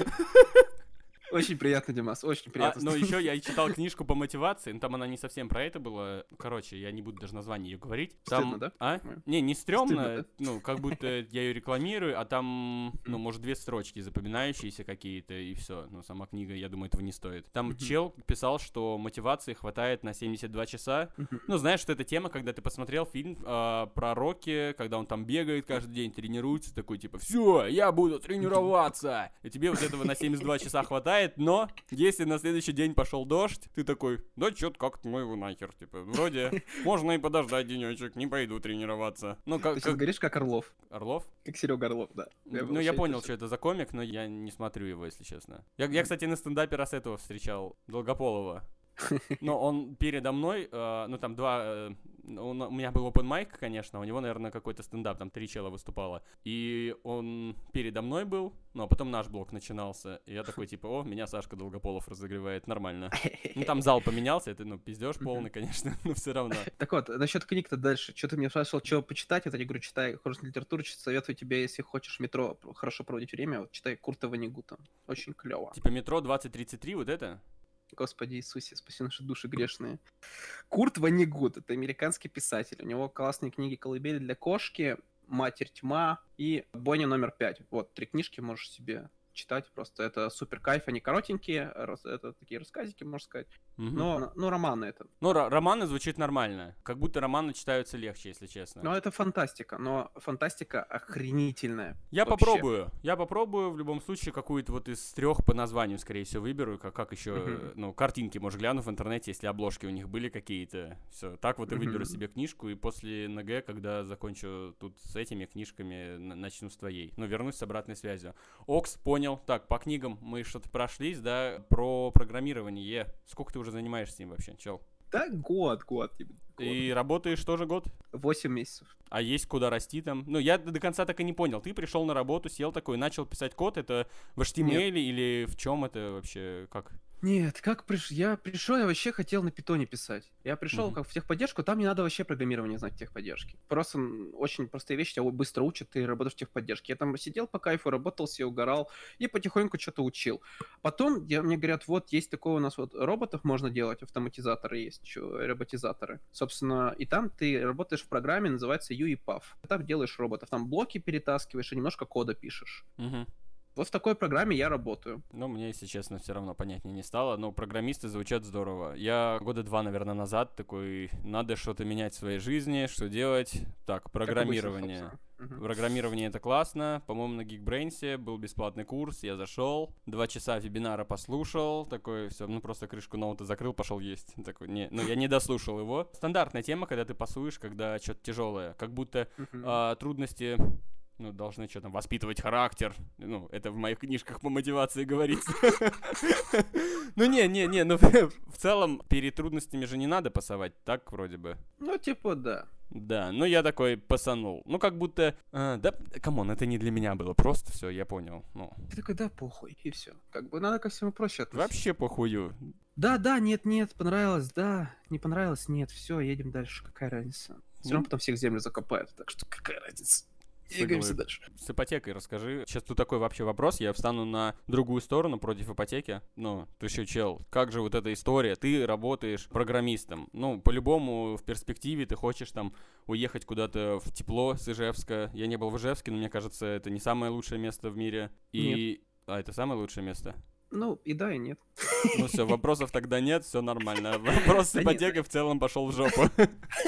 Очень приятно, Димас, очень приятно. Но еще я читал книжку по мотивации, но там она не совсем про это была. Короче, я не буду даже название ее говорить. Там... Стыдно, да? А? Не стрёмно, Стыдно, да? ну, как будто я ее рекламирую, а там, ну, может, 2 строчки запоминающиеся какие-то, и все. Ну, сама книга, я думаю, этого не стоит. Там чел писал, что мотивации хватает на 72 часа. Ну, знаешь, что это тема, когда ты посмотрел фильм про Рокки, когда он там бегает каждый день, тренируется, такой, типа, все, я буду тренироваться. И тебе вот этого на 72 часа хватает, но если на следующий день пошел дождь, ты такой, да чё-то как-то ну его нахер, типа, вроде можно и подождать денечек, не пойду тренироваться. Ну, Ты сейчас говоришь как Орлов. Орлов? Как Серега Орлов, да. Ну, я понял, что это за комик, но я не смотрю его, если честно. Я кстати, на стендапе раз этого встречал, Долгополова. Но он передо мной, ну там у меня был open mic, конечно, у него, наверное, какой-то стендап, там 3 чела выступало. И он передо мной был, ну а потом наш блок начинался. И я такой, типа, о, меня Сашка Долгополов разогревает, нормально. Ну там зал поменялся, это, ну, пиздеж полный, конечно, но все равно. Так вот, насчет книг-то дальше. Что ты мне спрашивал, что почитать? Вот я говорю, читай художественную литературу, советую тебе, если хочешь в метро хорошо проводить время, вот читай Курта Воннегута. Очень клево. Типа метро 2033, вот это? Господи Иисусе, спаси наши души грешные. Курт Воннегут — это американский писатель. У него классные книги «Колыбель для кошки», «Матерь тьма» и «Бойня номер 5». Вот, 3 книжки можешь себе читать просто. Это супер кайф, они коротенькие, это такие рассказики, можно сказать. Но, ну, романы это. Ну, романы звучит нормально. Как будто романы читаются легче, если честно. Ну, это фантастика, но фантастика охренительная. Я попробую в любом случае какую-то вот из 3 по названию, скорее всего, выберу. Как еще, ну, картинки, может, гляну в интернете, если обложки у них были какие-то. Все, так вот и выберу себе книжку, и после НГ, когда закончу тут с этими книжками, начну с твоей. Ну, вернусь с обратной связью. Окс, понял. Так, по книгам мы что-то прошлись, да, про программирование. Сколько ты уже занимаешься с ним вообще, чел? Да, год. И работаешь тоже год? 8 месяцев. А есть куда расти там? Ну, я до конца так и не понял. Ты пришел на работу, сел такой, начал писать код. Это в HTML или в чем это вообще? Как? Нет, я пришел, я вообще хотел на питоне писать. Я пришел как в техподдержку, там не надо вообще программирование знать в техподдержке. Просто очень простые вещи тебя быстро учат, ты работаешь в техподдержке. Я там сидел по кайфу, работал себе, угорал и потихоньку что-то учил. Потом мне говорят, вот есть такое у нас вот роботов можно делать, автоматизаторы есть, роботизаторы. Собственно, и там ты работаешь в программе, называется UiPath. Там делаешь роботов, там блоки перетаскиваешь и немножко кода пишешь. Вот в такой программе я работаю. Ну, мне, если честно, все равно понятнее не стало. Но программисты звучат здорово. Я 2 года, наверное, назад такой, надо что-то менять в своей жизни, что делать? Так, программирование. Программирование — это классно. По-моему, на Geekbrains был бесплатный курс, я зашел, 2 часа вебинара послушал, такой, все, ну просто крышку ноута закрыл, пошел есть. Такой, я не дослушал его. Стандартная тема, когда ты пасуешь, когда что-то тяжелое. Как будто трудности... Ну, должны что-то воспитывать характер. Ну, это в моих книжках по мотивации говорится. Ну, ну, в целом, перед трудностями же не надо пасовать, так вроде бы. Ну, типа, да. Да, ну я такой пасанул. Ну, как будто, да, камон, это не для меня было, просто все, я понял. Ну. Ты такой, да, похуй, и все. Как бы надо ко всему проще относиться. Вообще похую. Да, нет, понравилось, да, не понравилось, нет, все, едем дальше, какая разница. Все равно потом всех землю закопают, так что какая разница. Двигаемся дальше. С ипотекой расскажи. Сейчас тут такой вообще вопрос. Я встану на другую сторону против ипотеки. Ну, ты еще чел. Как же вот эта история? Ты работаешь программистом. Ну, по-любому в перспективе ты хочешь там уехать куда-то в тепло с Ижевска. Я не был в Ижевске, но мне кажется, это не самое лучшее место в мире. Нет. А, это самое лучшее место? Ну, и да, и нет. Ну все, вопросов тогда нет, все нормально. Вопрос с ипотекой в целом пошел в жопу.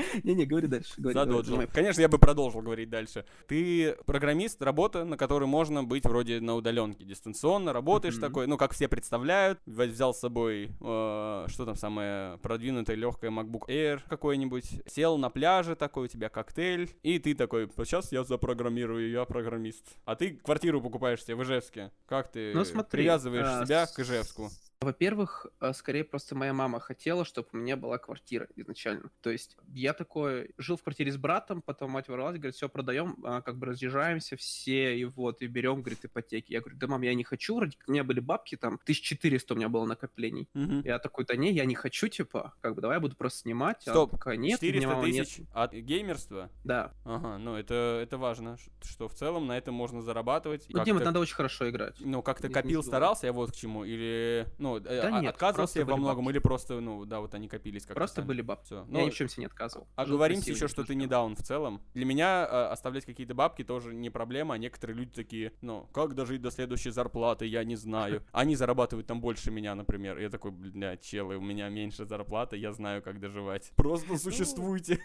Не-не, говори дальше. Задоджил. Конечно, я бы продолжил говорить дальше. Ты программист, работа, на которой можно быть вроде на удаленке. Дистанционно работаешь такой, ну, как все представляют. Взял с собой, что там самое продвинутое, легкое MacBook Air какой-нибудь. Сел на пляже такой, у тебя коктейль. И ты такой, сейчас я запрограммирую, я программист. А ты квартиру покупаешь себе в Ижевске. Как ты привязываешь себя к Ижевску? Во-первых, скорее просто моя мама хотела, чтобы у меня была квартира изначально. То есть я такой жил в квартире с братом, потом мать ворвалась, говорит, все, продаем, как бы разъезжаемся все, и вот, и берем, говорит, ипотеки. Я говорю, да, мам, я не хочу, вроде у меня были бабки, там, 1400 у меня было накоплений. Я такой, да не, я не хочу, типа, как бы, давай я буду просто снимать. Стоп, а такая, нет, 400 тысяч от геймерства? Да. Ага, ну это важно, что в целом на этом можно зарабатывать. Ну, Дима, надо очень хорошо играть. Ну, как-то копил, старался, я вот к чему, или, ну, да нет, отказывался я во многом, бабки. Или просто, ну, да, вот они копились как-то. Просто сами. были бабки. Всё. Я ни в чем себе не отказывал. Оговоримся еще, что ты не даун в целом. Для меня оставлять какие-то бабки тоже не проблема, а некоторые люди такие, ну, как дожить до следующей зарплаты, я не знаю. Они зарабатывают там больше меня, например. Я такой, блядь, челы, у меня меньше зарплаты, я знаю, как доживать. Просто существуйте.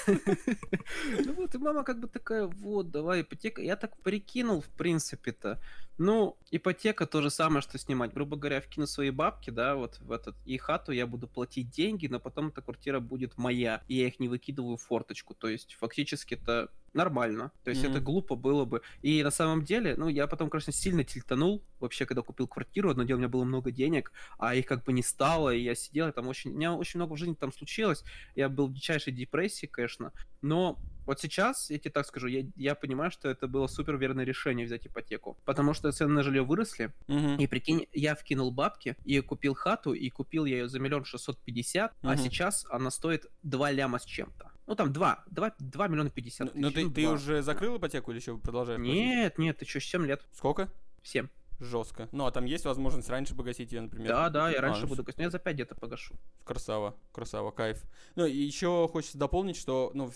Ну вот, и мама как бы такая, вот, давай ипотека. Я так прикинул, в принципе-то. Ну, ипотека то же самое, что снимать. Грубо говоря, вкину свои бабки, да, вот в этот и хату я буду платить деньги, но потом эта квартира будет моя, и я их не выкидываю в форточку. То есть фактически это нормально. То есть это глупо было бы. И на самом деле, ну, я потом, конечно, сильно тильтанул. Вообще, когда купил квартиру, одно дело, у меня было много денег, а их как бы не стало, и я сидел, и там у меня очень много в жизни там случилось. Я был в дичайшей депрессии, конечно, но вот сейчас, я тебе так скажу, я понимаю, что это было супер верное решение взять ипотеку, потому что цены на жилье выросли, и прикинь, я вкинул бабки и купил хату, и купил я ее за 1 650 000, а сейчас она стоит 2 ляма с чем-то. Ну там 2 миллиона 50 тысяч. Но ты уже закрыл ипотеку или еще продолжаешь платить? Нет, еще 7 лет. Сколько? 7. Жестко. Ну, а там есть возможность раньше погасить ее, например? Да, я раньше буду гасить. Я за 5 где-то погашу. Красава, кайф. Ну, и еще хочется дополнить, что, ну,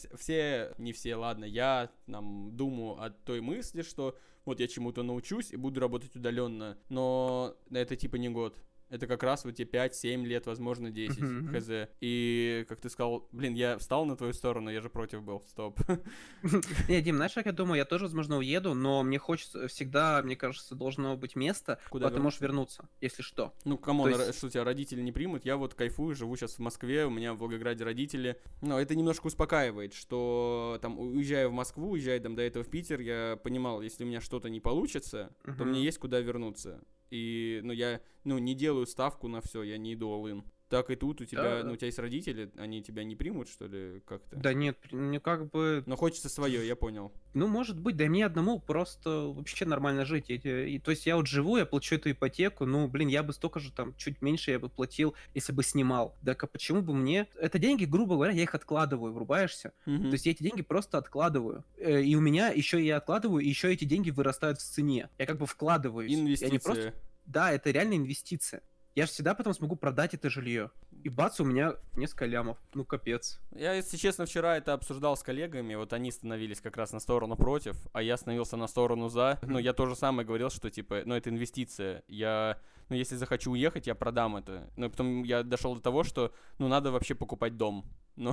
не все, ладно, я думаю о той мысли, что вот я чему-то научусь и буду работать удаленно, но это типа не год. Это как раз вот тебе 5-7 лет, возможно, 10, хз. И, как ты сказал, блин, я встал на твою сторону, я же против был, стоп. Не, Дим, знаешь, как я думаю, я тоже, возможно, уеду, но мне хочется всегда, мне кажется, должно быть место, куда ты можешь вернуться, если что. Ну, камон, что тебя родители не примут? Я вот кайфую, живу сейчас в Москве, у меня в Волгограде родители. Но это немножко успокаивает, что там, уезжая в Москву, уезжая там до этого в Питер, я понимал, если у меня что-то не получится, то мне есть куда вернуться. И, я, не делаю ставку на все, я не иду all-in. Так и тут у тебя, у тебя есть родители, они тебя не примут, что ли, как-то? Да нет, мне как бы... Но хочется свое, я понял. Ну, может быть, да и мне одному просто вообще нормально жить. То есть я вот живу, я плачу эту ипотеку, я бы столько же там, чуть меньше я бы платил, если бы снимал. Так а почему бы мне... Это деньги, грубо говоря, я их откладываю, врубаешься? То есть я эти деньги просто откладываю. И у меня еще я откладываю, и еще эти деньги вырастают в цене. Я как бы вкладываюсь. Инвестиция. Да, это реально инвестиция. Я же всегда потом смогу продать это жилье. И бац, у меня несколько лямов. Ну, капец. Я, если честно, вчера это обсуждал с коллегами. Вот они становились как раз на сторону против, а я становился на сторону за. Я то же самое говорил, что, типа, это инвестиция. Если захочу уехать, я продам это. Но потом я дошел до того, что, надо вообще покупать дом. Но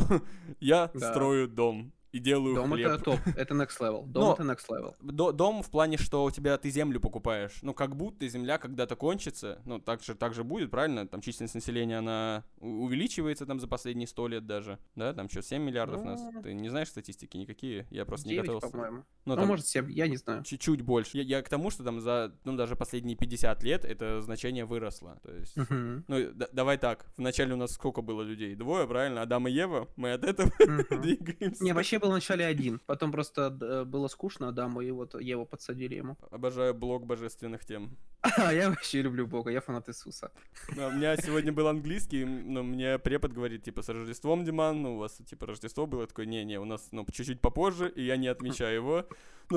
я строю дом. И делаю дом хлеб. Это топ, это next level. Дом это next level. Дом в плане, что ты землю покупаешь. Как будто земля когда-то кончится. Так же будет, правильно? Там численность населения, она увеличивается там за последние 100 лет даже. Да, там что, 7 миллиардов нас? Ты не знаешь статистики никакие? Я просто 9, не готовился. По-моему. Может 7, я не знаю. Чуть-чуть больше. Я к тому, что там за, даже последние 50 лет это значение выросло. То есть, давай так. Вначале у нас сколько было людей? 2, правильно? Адам и Ева. Мы от этого двигаемся. Не, вообще был вначале 1, потом просто было скучно Адаму, и вот Еву подсадили ему. Обожаю блог божественных тем. Я вообще люблю Бога, я фанат Иисуса. У меня сегодня был английский, но мне препод говорит, типа, с Рождеством, Диман, у вас, типа, Рождество было, такое, не, у нас, чуть-чуть попозже, и я не отмечаю его.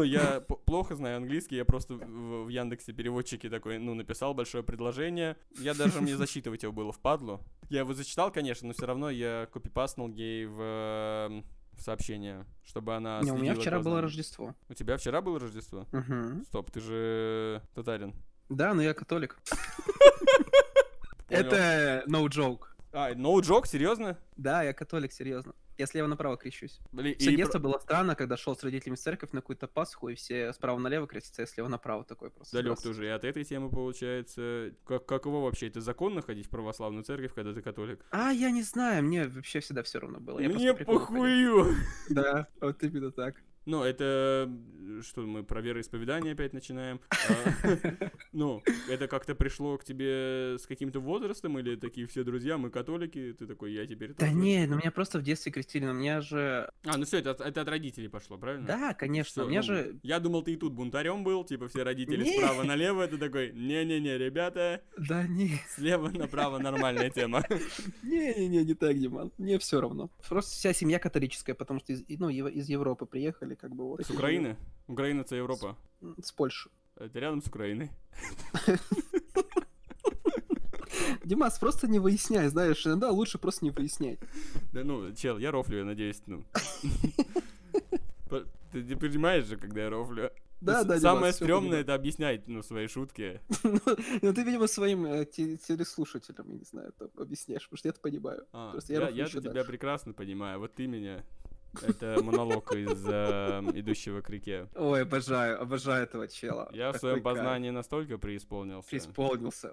Я плохо знаю английский, я просто в Яндексе переводчике такой, написал большое предложение. Мне засчитывать его было впадлу. Я его зачитал, конечно, но все равно я копипастнул ей в сообщение, чтобы она следила. У меня вчера было Рождество. У тебя вчера было Рождество? Стоп, ты же татарин. Да, но я католик. Это no joke. No joke? Серьезно? Да, я католик, серьезно. Я слева направо крещусь. Блин, Все и детство было странно, когда шел с родителями в церковь на какую-то Пасху, и все справа налево крестятся, а я слева направо такой просто. Далек тоже и от этой темы получается. Каково вообще? Это законно ходить в православную церковь, когда ты католик? Я не знаю, мне вообще всегда все равно было. Я Мне просто по приколу ходил. похую! Да, вот именно так. Ну, это... Что, мы про вероисповедание опять начинаем? Ну, это как-то пришло к тебе с каким-то возрастом? Или такие все друзья, мы католики? Ты такой, я теперь Да тоже? не, ну меня просто в детстве крестили, но меня же... Ну все, это от родителей пошло, правильно? Да, конечно, Всё, меня ну, же... Я думал, ты и тут бунтарем был, типа все родители Не. справа налево, ты такой, не-не-не, ребята, Да не, слева направо нормальная тема. не так, Диман, мне все равно. Просто вся семья католическая, потому что из Европы приехали, как бы вот. С Украины? Украина это Европа. С Польши. Это рядом с Украиной. Димас, просто не выясняй, знаешь, иногда лучше просто не выяснять. Да ну, чел, я рофлю, я надеюсь, ну. Ты понимаешь же, когда я рофлю? Да, Димас, Самое всё стрёмное понимаю. это объяснять, ну, свои шутки. Ну, ты, видимо, своим телеслушателям, я не знаю, там, объясняешь, потому что я это понимаю. Просто я рофлю Я ещё тебя дальше. прекрасно понимаю, вот ты меня. Это монолог из «Идущего к реке». Ой, обожаю этого чела. Я в Такой своем кайф. познании настолько преисполнился. Преисполнился.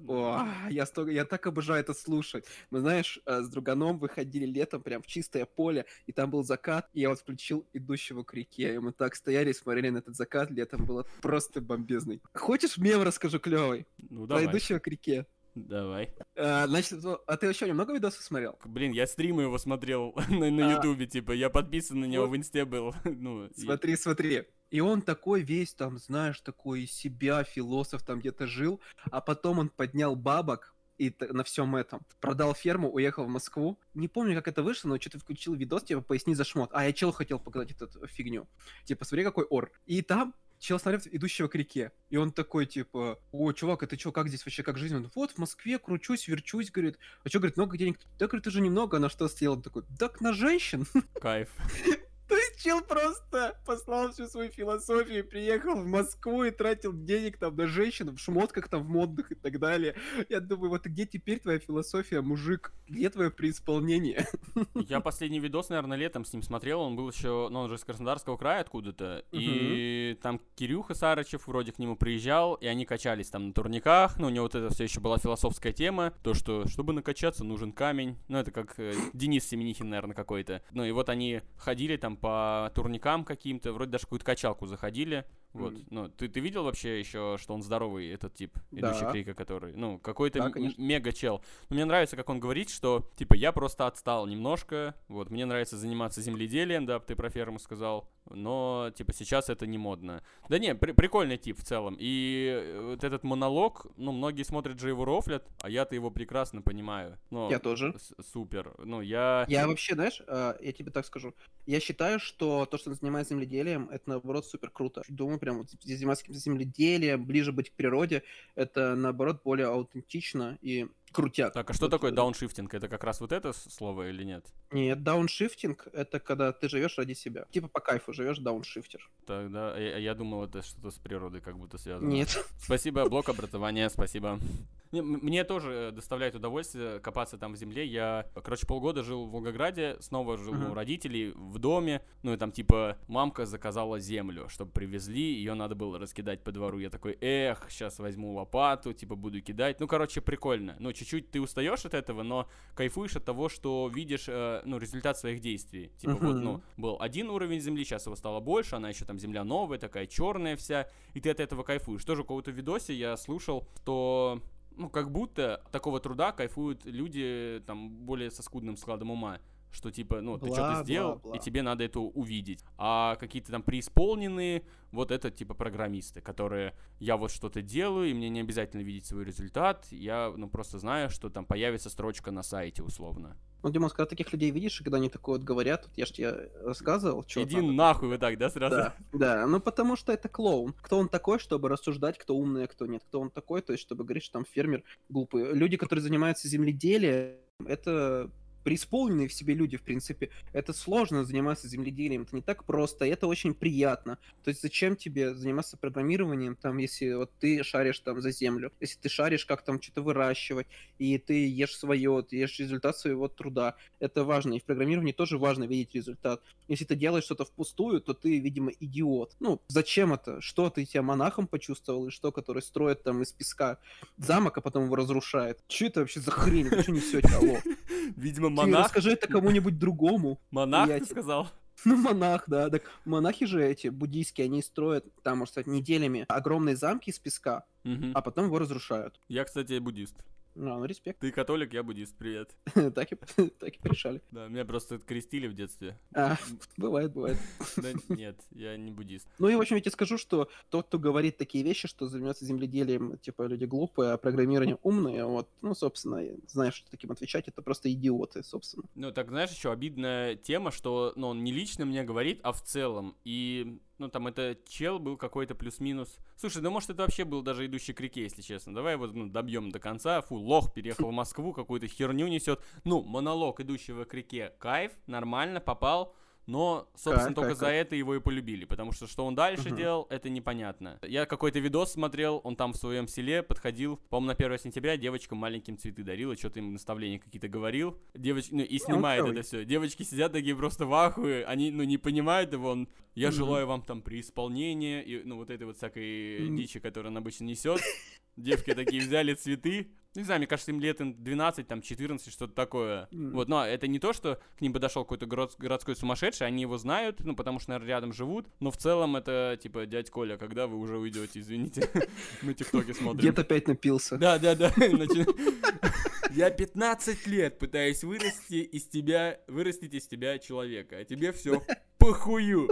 Я так обожаю это слушать. Мы, знаешь, с друганом выходили летом прям в чистое поле, и там был закат, и я вот включил «Идущего к реке», и мы так стояли и смотрели на этот закат летом, было просто бомбезный. Хочешь мем расскажу клевый? Ну, Про давай. «Идущего к реке». Давай. Значит, а ты еще немного видосов смотрел? Блин, я стримы его смотрел на ютубе, типа, я подписан на него в инсте был. Ну, Смотри. И он такой весь там, знаешь, такой из себя философ там где-то жил, а потом он поднял бабок и на всем этом. Продал ферму, уехал в Москву. Не помню, как это вышло, но что-то включил видос, типа, поясни за шмот. Я чел хотел показать эту фигню. Типа, смотри, какой ор. И там чел смотрит «Идущего к реке». И он такой, типа, о, чувак, это что, как здесь вообще, как жизнь? Он, вот, в Москве кручусь, верчусь, говорит. А что, говорит, много денег? Да, говорит, уже немного, а на что съел? Он такой, так на женщин. кайф. То есть чел просто послал всю свою философию, приехал в Москву и тратил денег там на женщин, в шмотках там, в модных и так далее. Я думаю, вот где теперь твоя философия, мужик? Где твое преисполнение? Я последний видос, наверное, летом с ним смотрел, он был еще, ну, он же из Краснодарского края откуда-то, и там Кирюха Сарычев вроде к нему приезжал, и они качались там на турниках, ну, у него вот это все еще была философская тема, то, что, чтобы накачаться, нужен камень, ну, это как Денис Семенихин, наверное, какой-то. Ну, и вот они ходили там по турникам каким-то, вроде даже какую-то качалку заходили. Вот, ну, ты видел вообще еще, что он здоровый, этот тип, идущий крика, который, ну, какой-то мега-чел. Но мне нравится, как он говорит, что, типа, я просто отстал немножко, вот, мне нравится заниматься земледелием, да, ты про ферму сказал, но, типа, сейчас это не модно. Да не, прикольный тип в целом, и вот этот монолог, ну, многие смотрят же его рофлят, а я-то его прекрасно понимаю. Ну, я тоже. Супер, ну, я вообще, знаешь, я тебе так скажу, я считаю, что то, что он занимается земледелием, это, наоборот, супер круто. Думаю, прям вот здесь заниматься каким-то земледелием, ближе быть к природе, это, наоборот, более аутентично и крутяк. Так, а что такое дауншифтинг? Это как раз вот это слово или нет? Нет, дауншифтинг — это когда ты живешь ради себя. Типа по кайфу живешь, дауншифтер. Тогда я думал, это что-то с природой как будто связано. Нет. Спасибо, блок образования, спасибо. Мне тоже доставляет удовольствие копаться там в земле. Я, короче, полгода жил в Волгограде, снова жил у родителей в доме. Ну и там типа мамка заказала землю, чтобы привезли, ее надо было раскидать по двору. Я такой, сейчас возьму лопату, типа буду кидать. Ну, короче, прикольно. Ну, чуть-чуть ты устаешь от этого, но кайфуешь от того, что видишь, ну, результат своих действий. Типа вот, ну, был один уровень земли, сейчас его стало больше, она еще там земля новая, такая черная вся, и ты от этого кайфуешь. Тоже в каком-то видосе я слушал, что... Ну, как будто от такого труда кайфуют люди, там, более со скудным складом ума. Что, типа, ну, ты что-то сделал, и тебе надо это увидеть. А какие-то там преисполненные, вот это, типа, программисты, которые, я вот что-то делаю, и мне не обязательно видеть свой результат, я, ну, просто знаю, что там появится строчка на сайте, условно. Ну, Димон, когда таких людей видишь, и когда они такое вот говорят, вот я же тебе рассказывал, что... Иди нахуй вот так, да, сразу? Да, ну потому что это клоун. Кто он такой, чтобы рассуждать, кто умный, а кто нет? Кто он такой, то есть, чтобы говорить, что там фермер глупый. Люди, которые занимаются земледелием, это преисполненные в себе люди, в принципе, это сложно заниматься земледелием, это не так просто, и это очень приятно. То есть зачем тебе заниматься программированием, там, если вот ты шаришь там за землю, если ты шаришь, как там что-то выращивать, и ты ешь свое, ты ешь результат своего труда, это важно, и в программировании тоже важно видеть результат. Если ты делаешь что-то впустую, то ты, видимо, идиот. Ну, зачем это? Что, ты себя монахом почувствовал, и что, который строит там из песка замок, а потом его разрушает? Что это вообще за хрень? Вы что несете, алло? Видимо, Ты монах. расскажи это кому-нибудь другому. Монах, Я ты тебе- сказал? Ну, монах, да. Так монахи же эти, буддийские, они строят, там, можно сказать, неделями огромные замки из песка, Мгм. а потом его разрушают. Я, кстати, буддист. Ну, респект. Ты католик, я буддист, привет. Так и порешали. Да, меня просто крестили в детстве. Бывает. Да нет, я не буддист. Ну и, в общем, я тебе скажу, что тот, кто говорит такие вещи, что занимается земледелием, типа, люди глупые, а программирование умные, вот, ну, собственно, знаешь, что таким отвечать, это просто идиоты, собственно. Ну, так, знаешь, еще обидная тема, что, ну, он не лично мне говорит, а в целом. И, ну, там, это чел был какой-то плюс-минус. Слушай, да может, это вообще был даже идущий к реке, если честно. Давай его, ну, добьем до конца. Фу, лох переехал в Москву, какую-то херню несет. Ну, монолог идущего к реке. Кайф, нормально, попал. Но, собственно, Кайф, только кайф, за это его и полюбили, потому что что он дальше делал, это непонятно. Я какой-то видос смотрел, он там в своем селе подходил, по-моему, на 1 сентября девочкам маленьким цветы дарил, и что-то им наставления какие-то говорил. Девочки, ну, и снимает клевый. это все. Девочки сидят такие просто в ахуе, они, ну, не понимают его, он, я желаю вам там преисполнения, и, ну, вот этой вот всякой дичи, которую он обычно несет. Девки такие взяли цветы. Не знаю, мне кажется, им лет 12, там, 14, что-то такое. Вот, но это не то, что к ним подошел какой-то городской сумасшедший, они его знают, ну, потому что, наверное, рядом живут, но в целом это, типа, дядь Коля, когда вы уже уйдете, извините, мы тиктоки смотрим. Дед опять напился. Да. Я 15 лет пытаюсь вырастить из тебя человека, а тебе все похую.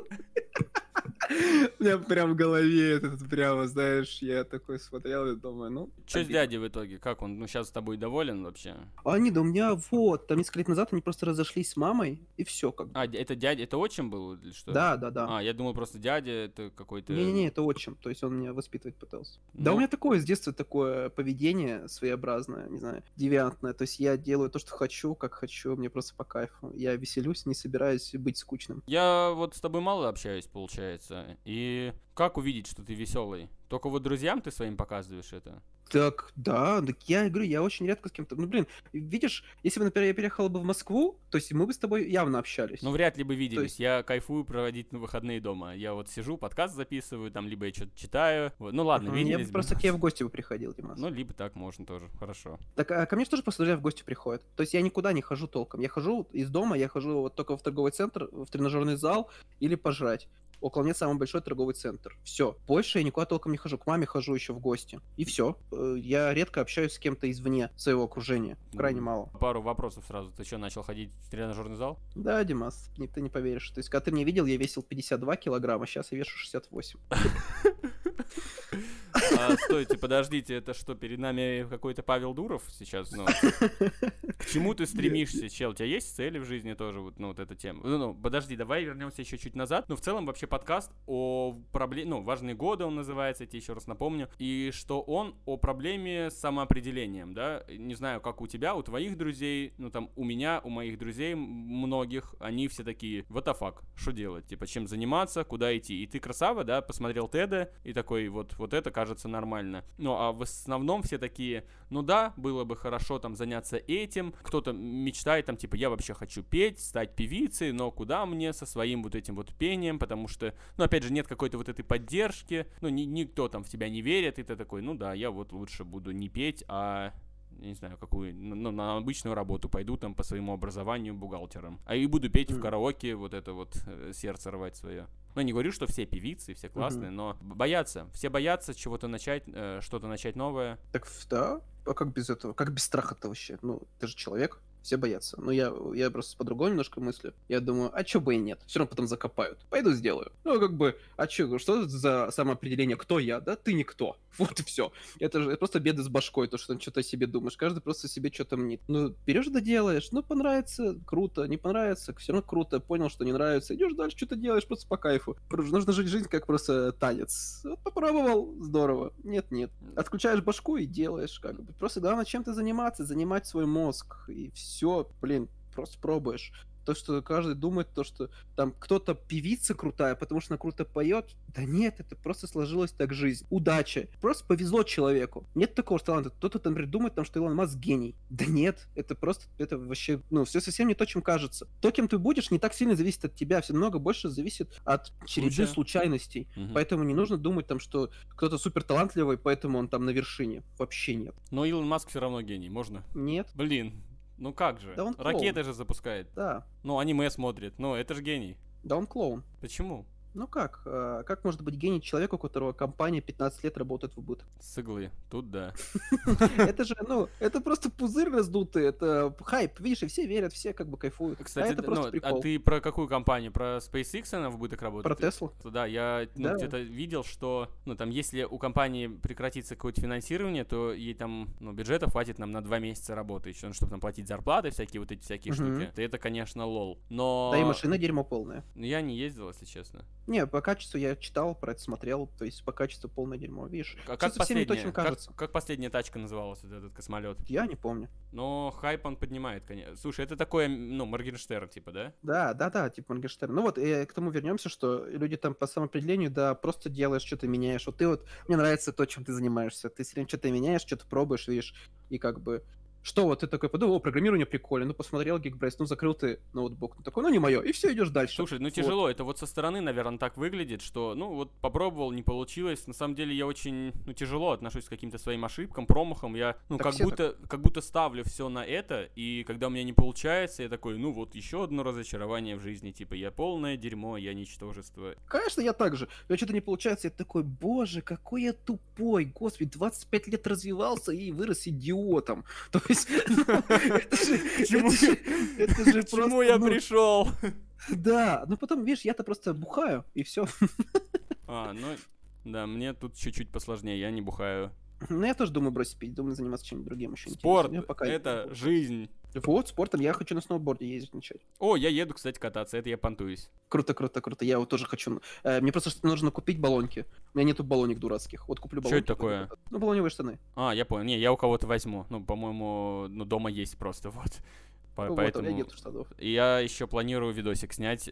У меня прям в голове этот прямо, знаешь, я такой смотрел и думаю, ну... Че с обидно. дядей в итоге? Как он? Ну, сейчас с тобой доволен вообще? Да у меня вот, там несколько лет назад они просто разошлись с мамой, и все как бы. А, это дядя, это отчим был или что? Да. А, я думал просто дядя, это какой-то... Не-не-не, это отчим, то есть он меня воспитывать пытался. Ну. Да, у меня такое с детства такое поведение своеобразное, не знаю, девиантное. То есть я делаю то, что хочу, как хочу, мне просто по кайфу. Я веселюсь, не собираюсь быть скучным. Я вот с тобой мало общаюсь, получается. И как увидеть, что ты веселый? Только вот друзьям ты своим показываешь это? Так, да, так я говорю, я очень редко с кем-то... Ну, блин, видишь, если бы, например, я переехал бы в Москву, то есть мы бы с тобой явно общались. Ну, вряд ли бы виделись. есть- Я кайфую проводить выходные дома. Я вот сижу, подкаст записываю, там, либо я что-то читаю. Вот. Ну, ладно, Я виделись бы бы. просто к тебе в гости бы приходил, Димас. Ну, либо так можно тоже, хорошо. Так, а ко мне же тоже просто друзья в гости приходят. То есть я никуда не хожу толком. Я хожу из дома, я хожу вот только в торговый центр, в тренажерный зал или пожрать. Около меня самый большой торговый центр. Все. Больше я никуда толком не хожу. К маме хожу еще в гости. И все. Я редко общаюсь с кем-то извне своего окружения. Крайне мало. Пару вопросов сразу. Ты что, начал ходить в тренажерный зал? Да, Димас, ты не поверишь. То есть, когда ты меня видел, я весил 52 килограмма, сейчас я вешу 68. Стойте, подождите, это что, перед нами какой-то Павел Дуров сейчас? Ну, к чему ты стремишься, чел? У тебя есть цели в жизни тоже, вот, ну, вот эта тема? Ну, подожди, давай вернемся еще чуть назад. Ну, в целом, вообще, подкаст о проблеме, ну, «Важные годы» он называется, я тебе еще раз напомню, и что он о проблеме с самоопределением, да? Не знаю, как у тебя, у твоих друзей, ну, там, у меня, у моих друзей многих, они все такие, what the fuck, что делать? Типа, чем заниматься, куда идти? И ты красава, да, посмотрел Теда, и такой, вот это кажется нормально. Ну, а в основном все такие, ну да, было бы хорошо там заняться этим. Кто-то мечтает там, типа, я вообще хочу петь, стать певицей, но куда мне со своим вот этим вот пением, потому что, ну, опять же, нет какой-то вот этой поддержки, ну, никто там в тебя не верит, и ты такой, ну да, я вот лучше буду не петь, а... не знаю, какую, ну, на обычную работу пойду там по своему образованию бухгалтером. А и буду петь в караоке, вот это вот сердце рвать свое. Ну, не говорю, что все певицы, все классные, но боятся. Все боятся чего-то начать, что-то начать новое. Так, да, а как без этого? Как без страха-то вообще? Ну, ты же человек. Все боятся. Но я просто по-другому немножко мыслю. Я думаю, а чё бы и нет? Все равно потом закопают. Пойду сделаю. Ну, как бы, а чё, что это за самоопределение? Кто я? Да ты никто. Вот и все. Это же просто беды с башкой, то, что ты что-то о себе думаешь. Каждый просто себе что-то мнит. Ну, берешь да делаешь. Ну, понравится, круто. Не понравится, все равно круто. Понял, что не нравится. Идешь дальше, что-то делаешь просто по кайфу. Нужно жить жизнь как просто танец. Вот попробовал, здорово. Нет. Отключаешь башку и делаешь, как бы. Просто главное чем-то заниматься, занимать свой мозг. И все, блин, просто пробуешь. То, что каждый думает, то, что там кто-то певица крутая, потому что она круто поет. Да нет, это просто сложилось так жизнь. Удача. Просто повезло человеку. Нет такого таланта. Кто-то, например, думает, там, что Илон Маск гений. Да нет, это просто, это вообще, ну, все совсем не то, чем кажется. То, кем ты будешь, не так сильно зависит от тебя. Все намного больше зависит от череды случайностей. Поэтому не нужно думать, там, что кто-то супер талантливый, поэтому он там на вершине. Вообще нет. Но Илон Маск все равно гений, можно? Нет. Блин, ну как же? Да он Ракеты клоун. же запускает. Да. Ну, аниме смотрит. Ну, это же гений. Да он клоун. Почему? Ну как? Как может быть гений человек, у которого компания 15 лет работает в убыток? С иглы. Тут да. Это же, ну, это просто пузырь раздутый, это хайп, видишь, и все верят, все как бы кайфуют. Кстати, это просто а прикол. ты про какую компанию? Про SpaceX она в убыток работает? Про Теслу? Да, я Да. где-то видел, что, ну, там, если у компании прекратится какое-то финансирование, то ей там, ну, бюджета хватит нам на 2 месяца работы еще, ну, чтобы там платить зарплаты, всякие вот эти всякие штуки. Это, конечно, лол. Но... Да и машина дерьмо полное. Я не ездил, если честно. Не, по качеству я читал, про это смотрел, то есть по качеству полное дерьмо, видишь. А Всё как совсем не то, последняя? чем кажется. Как последняя тачка называлась, вот этот космолет? Я не помню. Но хайп он поднимает, конечно. Слушай, это такое, ну, Моргенштерн, типа, да? Да, типа Моргенштерн. Ну вот, и к тому вернемся, что люди там по самоопределению, да, просто делаешь, что-то меняешь. Вот ты вот, мне нравится то, чем ты занимаешься. Ты все время что-то меняешь, что-то пробуешь, видишь, и как бы... Что вот ты такой подумал, программирование прикольно, ну посмотрел Geekbrains, ну закрыл ты ноутбук, ну такой, ну не мое, и все, идешь дальше. Слушай, ну тяжело, это вот со стороны, наверное, так выглядит, что, ну вот попробовал, не получилось. На самом деле я очень, ну, тяжело отношусь к каким-то своим ошибкам, промахам. Я, ну, Так как будто ставлю все на это, и когда у меня не получается, я такой, ну вот еще одно разочарование в жизни, типа я полное дерьмо, я ничтожество. Конечно, я так же. У меня что-то не получается, я такой, боже, какой я тупой, господи, 25 лет развивался и вырос идиотом. То есть, это же К чему я пришел? Да, ну потом, видишь, я-то просто бухаю, и все. Ну, да, мне тут чуть-чуть посложнее, я не бухаю. Ну, я тоже думаю бросить пить, думаю заниматься чем-нибудь другим еще. Спорт, это жизнь. Вот, спортом я хочу на сноуборде ездить начать. О, я еду, кстати, кататься, это я понтуюсь. Круто. Я вот тоже хочу. Мне просто нужно купить баллонки. У меня нету баллонек дурацких. Вот куплю баллонки. Что это такое? Ну, баллоневые штаны. Я понял. Не, я у кого-то возьму. Ну, по-моему, ну, дома есть просто, вот. Вот, Поэтому... у меня нету штанов. Я еще планирую видосик снять.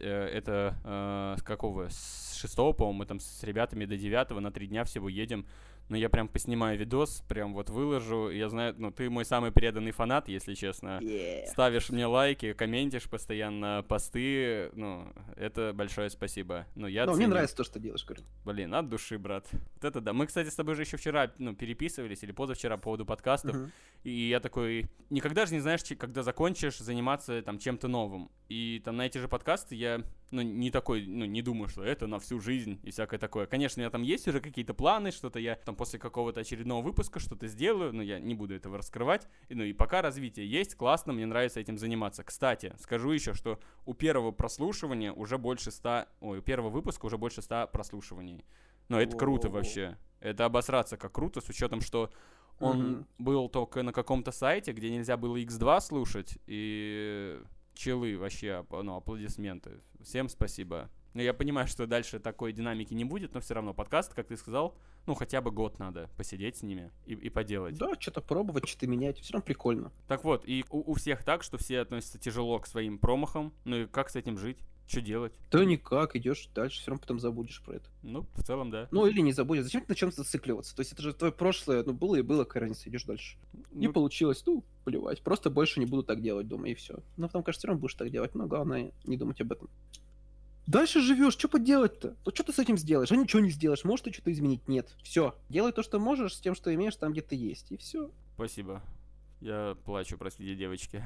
Это с какого? С 6-го, по-моему, мы там с ребятами до 9-го на 3 дня всего едем. Но я прям поснимаю видос, прям вот выложу. Я знаю, ну, ты мой самый преданный фанат, если честно. Ставишь мне лайки, комментишь постоянно посты. Ну, это большое спасибо. Ну, мне нравится то, что ты делаешь, говорю. Блин, от души, брат. Вот это да. Мы, кстати, с тобой же еще вчера, ну, переписывались, или позавчера по поводу подкастов. И я такой, никогда же не знаешь, когда закончишь заниматься там чем-то новым. И там на эти же подкасты я, ну, не такой, ну, не думаю, что это на всю жизнь и всякое такое. Конечно, у меня там есть уже какие-то планы, что-то я там после какого-то очередного выпуска что-то сделаю, но я не буду этого раскрывать. И пока развитие есть, классно, мне нравится этим заниматься. Кстати, скажу еще, что у первого прослушивания уже больше 100, у первого выпуска уже больше 100 прослушиваний. Но это круто вообще. Это обосраться как круто, с учетом, что он был только на каком-то сайте, где нельзя было X2 слушать, и челы вообще, ну, аплодисменты. Всем спасибо. Я понимаю, что дальше такой динамики не будет, но все равно подкаст, как ты сказал, ну, хотя бы год надо посидеть с ними и поделать. Да, что-то пробовать, что-то менять, все равно прикольно. Так вот, и у всех так, что все относятся тяжело к своим промахам, ну и как с этим жить? Что делать? Да никак, идешь дальше, все равно потом забудешь про это. Ну, в целом, да. Ну, или не забудешь. Зачем ты на чем-то зацикливаться? То есть это же твое прошлое, ну, было и было, какая разница, идешь дальше. Не получилось, ну, плевать. Просто больше не буду так делать, думаю, и все. Но потом, кажется, все равно будешь так делать, но главное не думать об этом. Дальше живешь, что поделать-то? Ну, что ты с этим сделаешь? А ничего не сделаешь. Может, ты что-то изменить? Нет. Все. Делай то, что можешь, с тем, что имеешь там, где ты есть, и все. Спасибо. Я плачу, простите, девочки.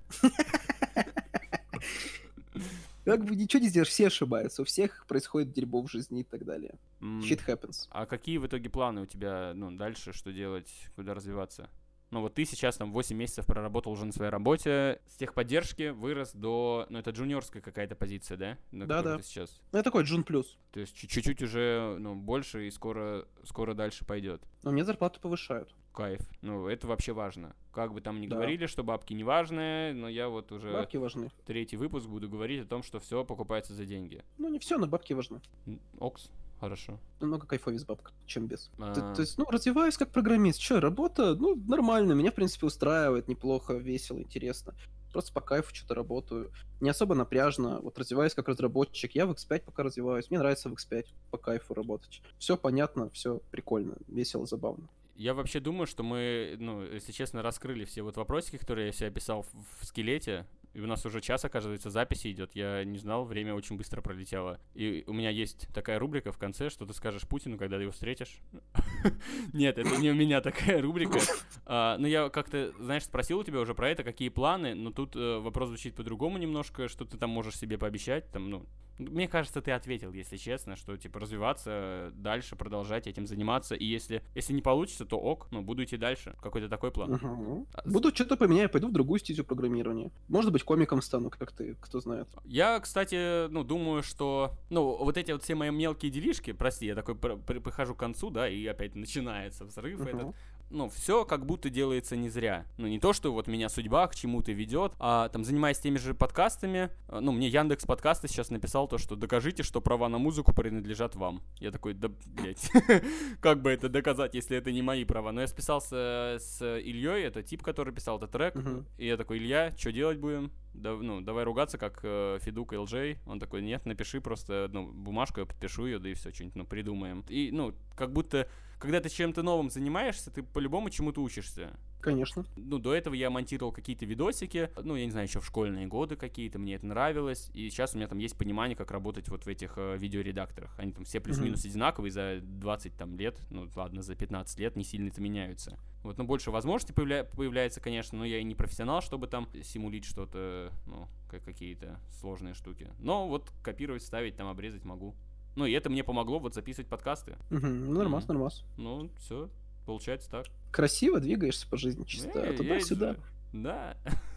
Как бы ничего не сделаешь, все ошибаются, у всех происходит дерьмо в жизни и так далее. Shit happens. А какие в итоге планы у тебя, ну, дальше, что делать, куда развиваться? Ну, вот ты сейчас там 8 месяцев проработал уже на своей работе, с техподдержки вырос до, ну, это джуниорская какая-то позиция, да? Да. Сейчас. Ну, я такой джун плюс. То есть чуть-чуть уже, ну, больше и скоро дальше пойдет. Но мне зарплату повышают. Кайф. Ну, это вообще важно. Как бы там ни говорили, что бабки не важные, но я вот уже бабки важны. 3-й выпуск буду говорить о том, что все покупается за деньги. Ну, не все, но бабки важны. Окс. Хорошо. Намного кайфовее с бабкой, чем без. То есть, ну, развиваюсь как программист. Че, работа, ну, нормально. Меня, в принципе, устраивает неплохо, весело, интересно. Просто по кайфу что-то работаю. Не особо напряжно. Вот развиваюсь как разработчик. Я в X5 пока развиваюсь. Мне нравится в X5 по кайфу работать. Все понятно, все прикольно, весело, забавно. Я вообще думаю, что мы, ну, если честно, раскрыли все вот вопросики, которые я себе описал в скелете. И у нас уже час, оказывается, записи идет. Я не знал, время очень быстро пролетело. И у меня есть такая рубрика в конце, что ты скажешь Путину, когда ты его встретишь. Нет, это не у меня такая рубрика. Но я как-то, знаешь, спросил у тебя уже про это, какие планы, но тут вопрос звучит по-другому немножко, что ты там можешь себе пообещать. Там, ну, мне кажется, ты ответил, если честно, что, типа, развиваться дальше, продолжать этим заниматься. И если не получится, то ок, ну, буду идти дальше. Какой-то такой план. Буду что-то поменяю, пойду в другую стезю программирования. Может быть, комиком стану, как ты, кто знает. Я, кстати, ну, думаю, что, ну, вот эти вот все мои мелкие делишки, прости, я такой прихожу к концу, да, и опять начинается взрыв этот. Ну, все как будто делается не зря. Ну, не то, что вот меня судьба к чему-то ведет, а там, занимаясь теми же подкастами, ну, мне Яндекс подкасты сейчас написал то, что докажите, что права на музыку принадлежат вам. Я такой, да, блядь, как бы это доказать, если это не мои права? Но я списался с Ильей, это тип, который писал этот трек, и я такой, Илья, что делать будем? Ну, давай ругаться, как Федук и LJ. Он такой, нет, напиши просто, ну, бумажку, я подпишу ее, да и все, что-нибудь, ну, придумаем. И, ну, как будто, когда ты чем-то новым занимаешься, ты по-любому чему-то учишься. Конечно. Ну, до этого я монтировал какие-то видосики, ну, я не знаю, еще в школьные годы какие-то, мне это нравилось, и сейчас у меня там есть понимание, как работать вот в этих видеоредакторах. Они там все плюс-минус одинаковые, за 20 там лет, ну, ладно, за 15 лет не сильно-то меняются. Вот, ну, больше возможностей появляется, конечно, но я и не профессионал, чтобы там симулить что-то, ну, какие-то сложные штуки. Но вот копировать, ставить, там, обрезать могу. Ну, и это мне помогло вот записывать подкасты. Нормас. Ну, все, получается так. Красиво двигаешься по жизни, чисто туда-сюда. Да.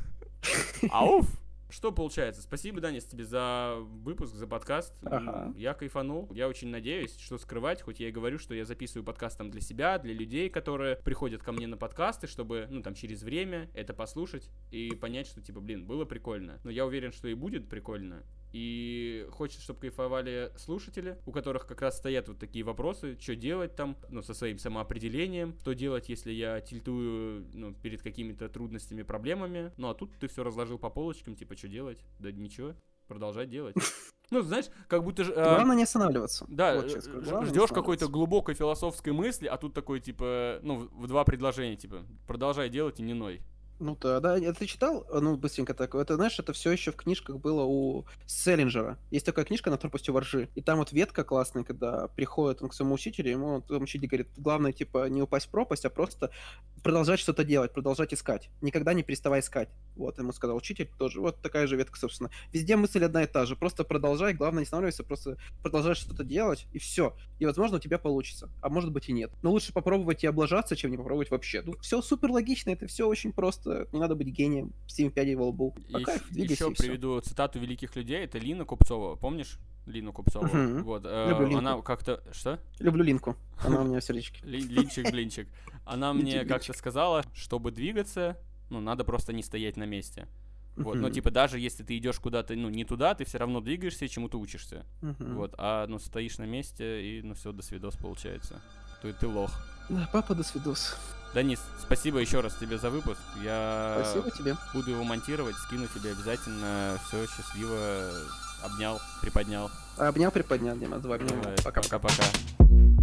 Ауф! Что получается? Спасибо, Данис, тебе за выпуск, за подкаст. Я кайфанул. Я очень надеюсь, что скрывать, хоть я и говорю, что я записываю подкаст там для себя, для людей, которые приходят ко мне на подкасты, чтобы, ну, там, через время это послушать и понять, что, типа, блин, было прикольно. Но я уверен, что и будет прикольно. И хочется, чтобы кайфовали слушатели, у которых как раз стоят вот такие вопросы, что делать там, ну, со своим самоопределением, что делать, если я тильтую, ну, перед какими-то трудностями, проблемами. Ну, а тут ты все разложил по полочкам, типа, что делать? Да ничего, продолжать делать. Ну, знаешь, как будто... Главное не останавливаться. Да, вот ждешь какой-то глубокой философской мысли, а тут такой, типа, ну, в два предложения, типа, продолжай делать и не ной. Ну да, это ты читал? Ну, быстренько так. Это, знаешь, это все еще в книжках было у Селлинджера. Есть такая книжка «Над пропастью воржи». И там вот ветка классная, когда приходит он к своему учителю, ему учитель говорит, главное, типа, не упасть в пропасть, а просто продолжать что-то делать, продолжать искать. Никогда не переставай искать. Вот, ему сказал учитель тоже. Вот такая же ветка, собственно. Везде мысль одна и та же. Просто продолжай, главное, не останавливайся, просто продолжай что-то делать, и все. И, возможно, у тебя получится. А может быть и нет. Но лучше попробовать и облажаться, чем не попробовать вообще. Ну, все супер логично, это все очень просто. Не надо быть гением, 7 пядей во лбу. Еще приведу цитату великих людей. Это Лина Купцова. Помнишь Лину Купцову? Вот. Она как-то... Что? Люблю Линку. Она у меня в сердечке. Линчик. Она мне как-то сказала, чтобы двигаться, ну, надо просто не стоять на месте. Вот, но типа даже если ты идешь куда-то, ну, не туда, ты все равно двигаешься и чему-то учишься. Вот, а, ну, стоишь на месте и, ну, все, до свидос получается. То и ты лох. Да, папа, до свидос. Денис, спасибо еще раз тебе за выпуск. Я спасибо тебе. Буду его монтировать, скину тебе обязательно. Все, счастливо. Обнял, приподнял. Обнял, приподнял, Дима. Давай, пока-пока.